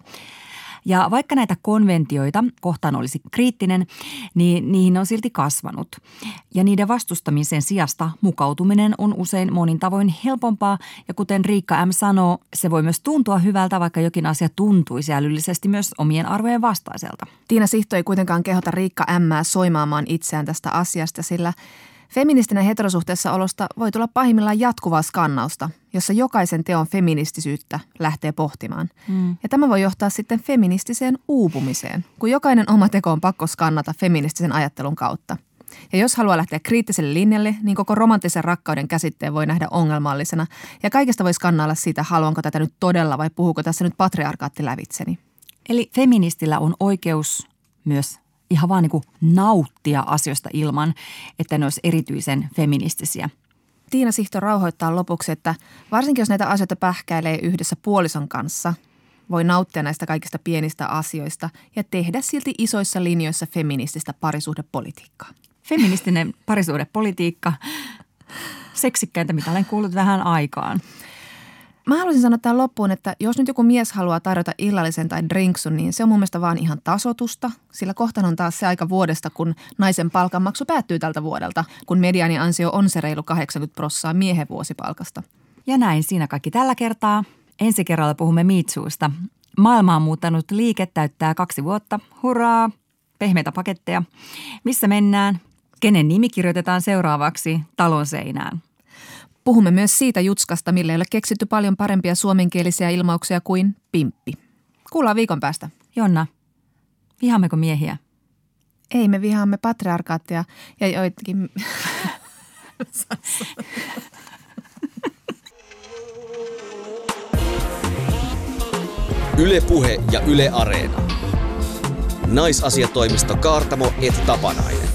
Ja vaikka näitä konventioita kohtaan olisi kriittinen, niin niihin on silti kasvanut. Ja niiden vastustamisen sijasta mukautuminen on usein monin tavoin helpompaa. Ja kuten Riikka M. sanoo, se voi myös tuntua hyvältä, vaikka jokin asia tuntuisi älyllisesti myös omien arvojen vastaiselta. Tiina Sihto ei kuitenkaan kehota Riikka M. soimaamaan itseään tästä asiasta, sillä feministinen heterosuhteessa olosta voi tulla pahimmillaan jatkuvaa skannausta, jossa jokaisen teon feministisyyttä lähtee pohtimaan. Mm. Ja tämä voi johtaa sitten feministiseen uupumiseen, kun jokainen oma teko on pakko skannata feministisen ajattelun kautta. Ja jos haluaa lähteä kriittiselle linjalle, niin koko romanttisen rakkauden käsitteen voi nähdä ongelmallisena. Ja kaikesta voi skannailla siitä, haluanko tätä nyt todella vai puhuuko tässä nyt patriarkaatti lävitseni. Eli feministillä on oikeus myös ihan vaan niin kuin nauttia asioista ilman, että ne olisi erityisen feministisiä. Tiina Sihto rauhoittaa lopuksi, että varsinkin jos näitä asioita pähkäilee yhdessä puolison kanssa, voi nauttia näistä kaikista pienistä asioista ja tehdä silti isoissa linjoissa feminististä parisuhdepolitiikkaa. Feministinen parisuhdepolitiikka, seksikkäintä, mitä olen kuullut vähän aikaan. Mä haluaisin sanoa tämän loppuun, että jos nyt joku mies haluaa tarjota illallisen tai drinksun, niin se on mun mielestä vaan ihan tasotusta. Sillä kohtaan on taas se aika vuodesta, kun naisen palkanmaksu päättyy tältä vuodelta, kun mediaaniansio on se reilu kahdeksankymmentä prosenttia miehen vuosipalkasta. Ja näin siinä kaikki tällä kertaa. Ensi kerralla puhumme Me Toosta. Maailma on muuttanut liike täyttää kaksi vuotta. Hurraa! Pehmeitä paketteja. Missä mennään? Kenen nimi kirjoitetaan seuraavaksi talon seinään? Puhumme myös siitä jutskasta, mille ei ole keksitty paljon parempia suomenkielisiä ilmauksia kuin pimppi. Kuullaan viikon päästä. Jonna, vihaammeko miehiä? Ei, me vihaamme patriarkaattia ja joitakin... Yle Puhe ja Yle Areena. Naisasiatoimisto Kaartamo et Tapanainen.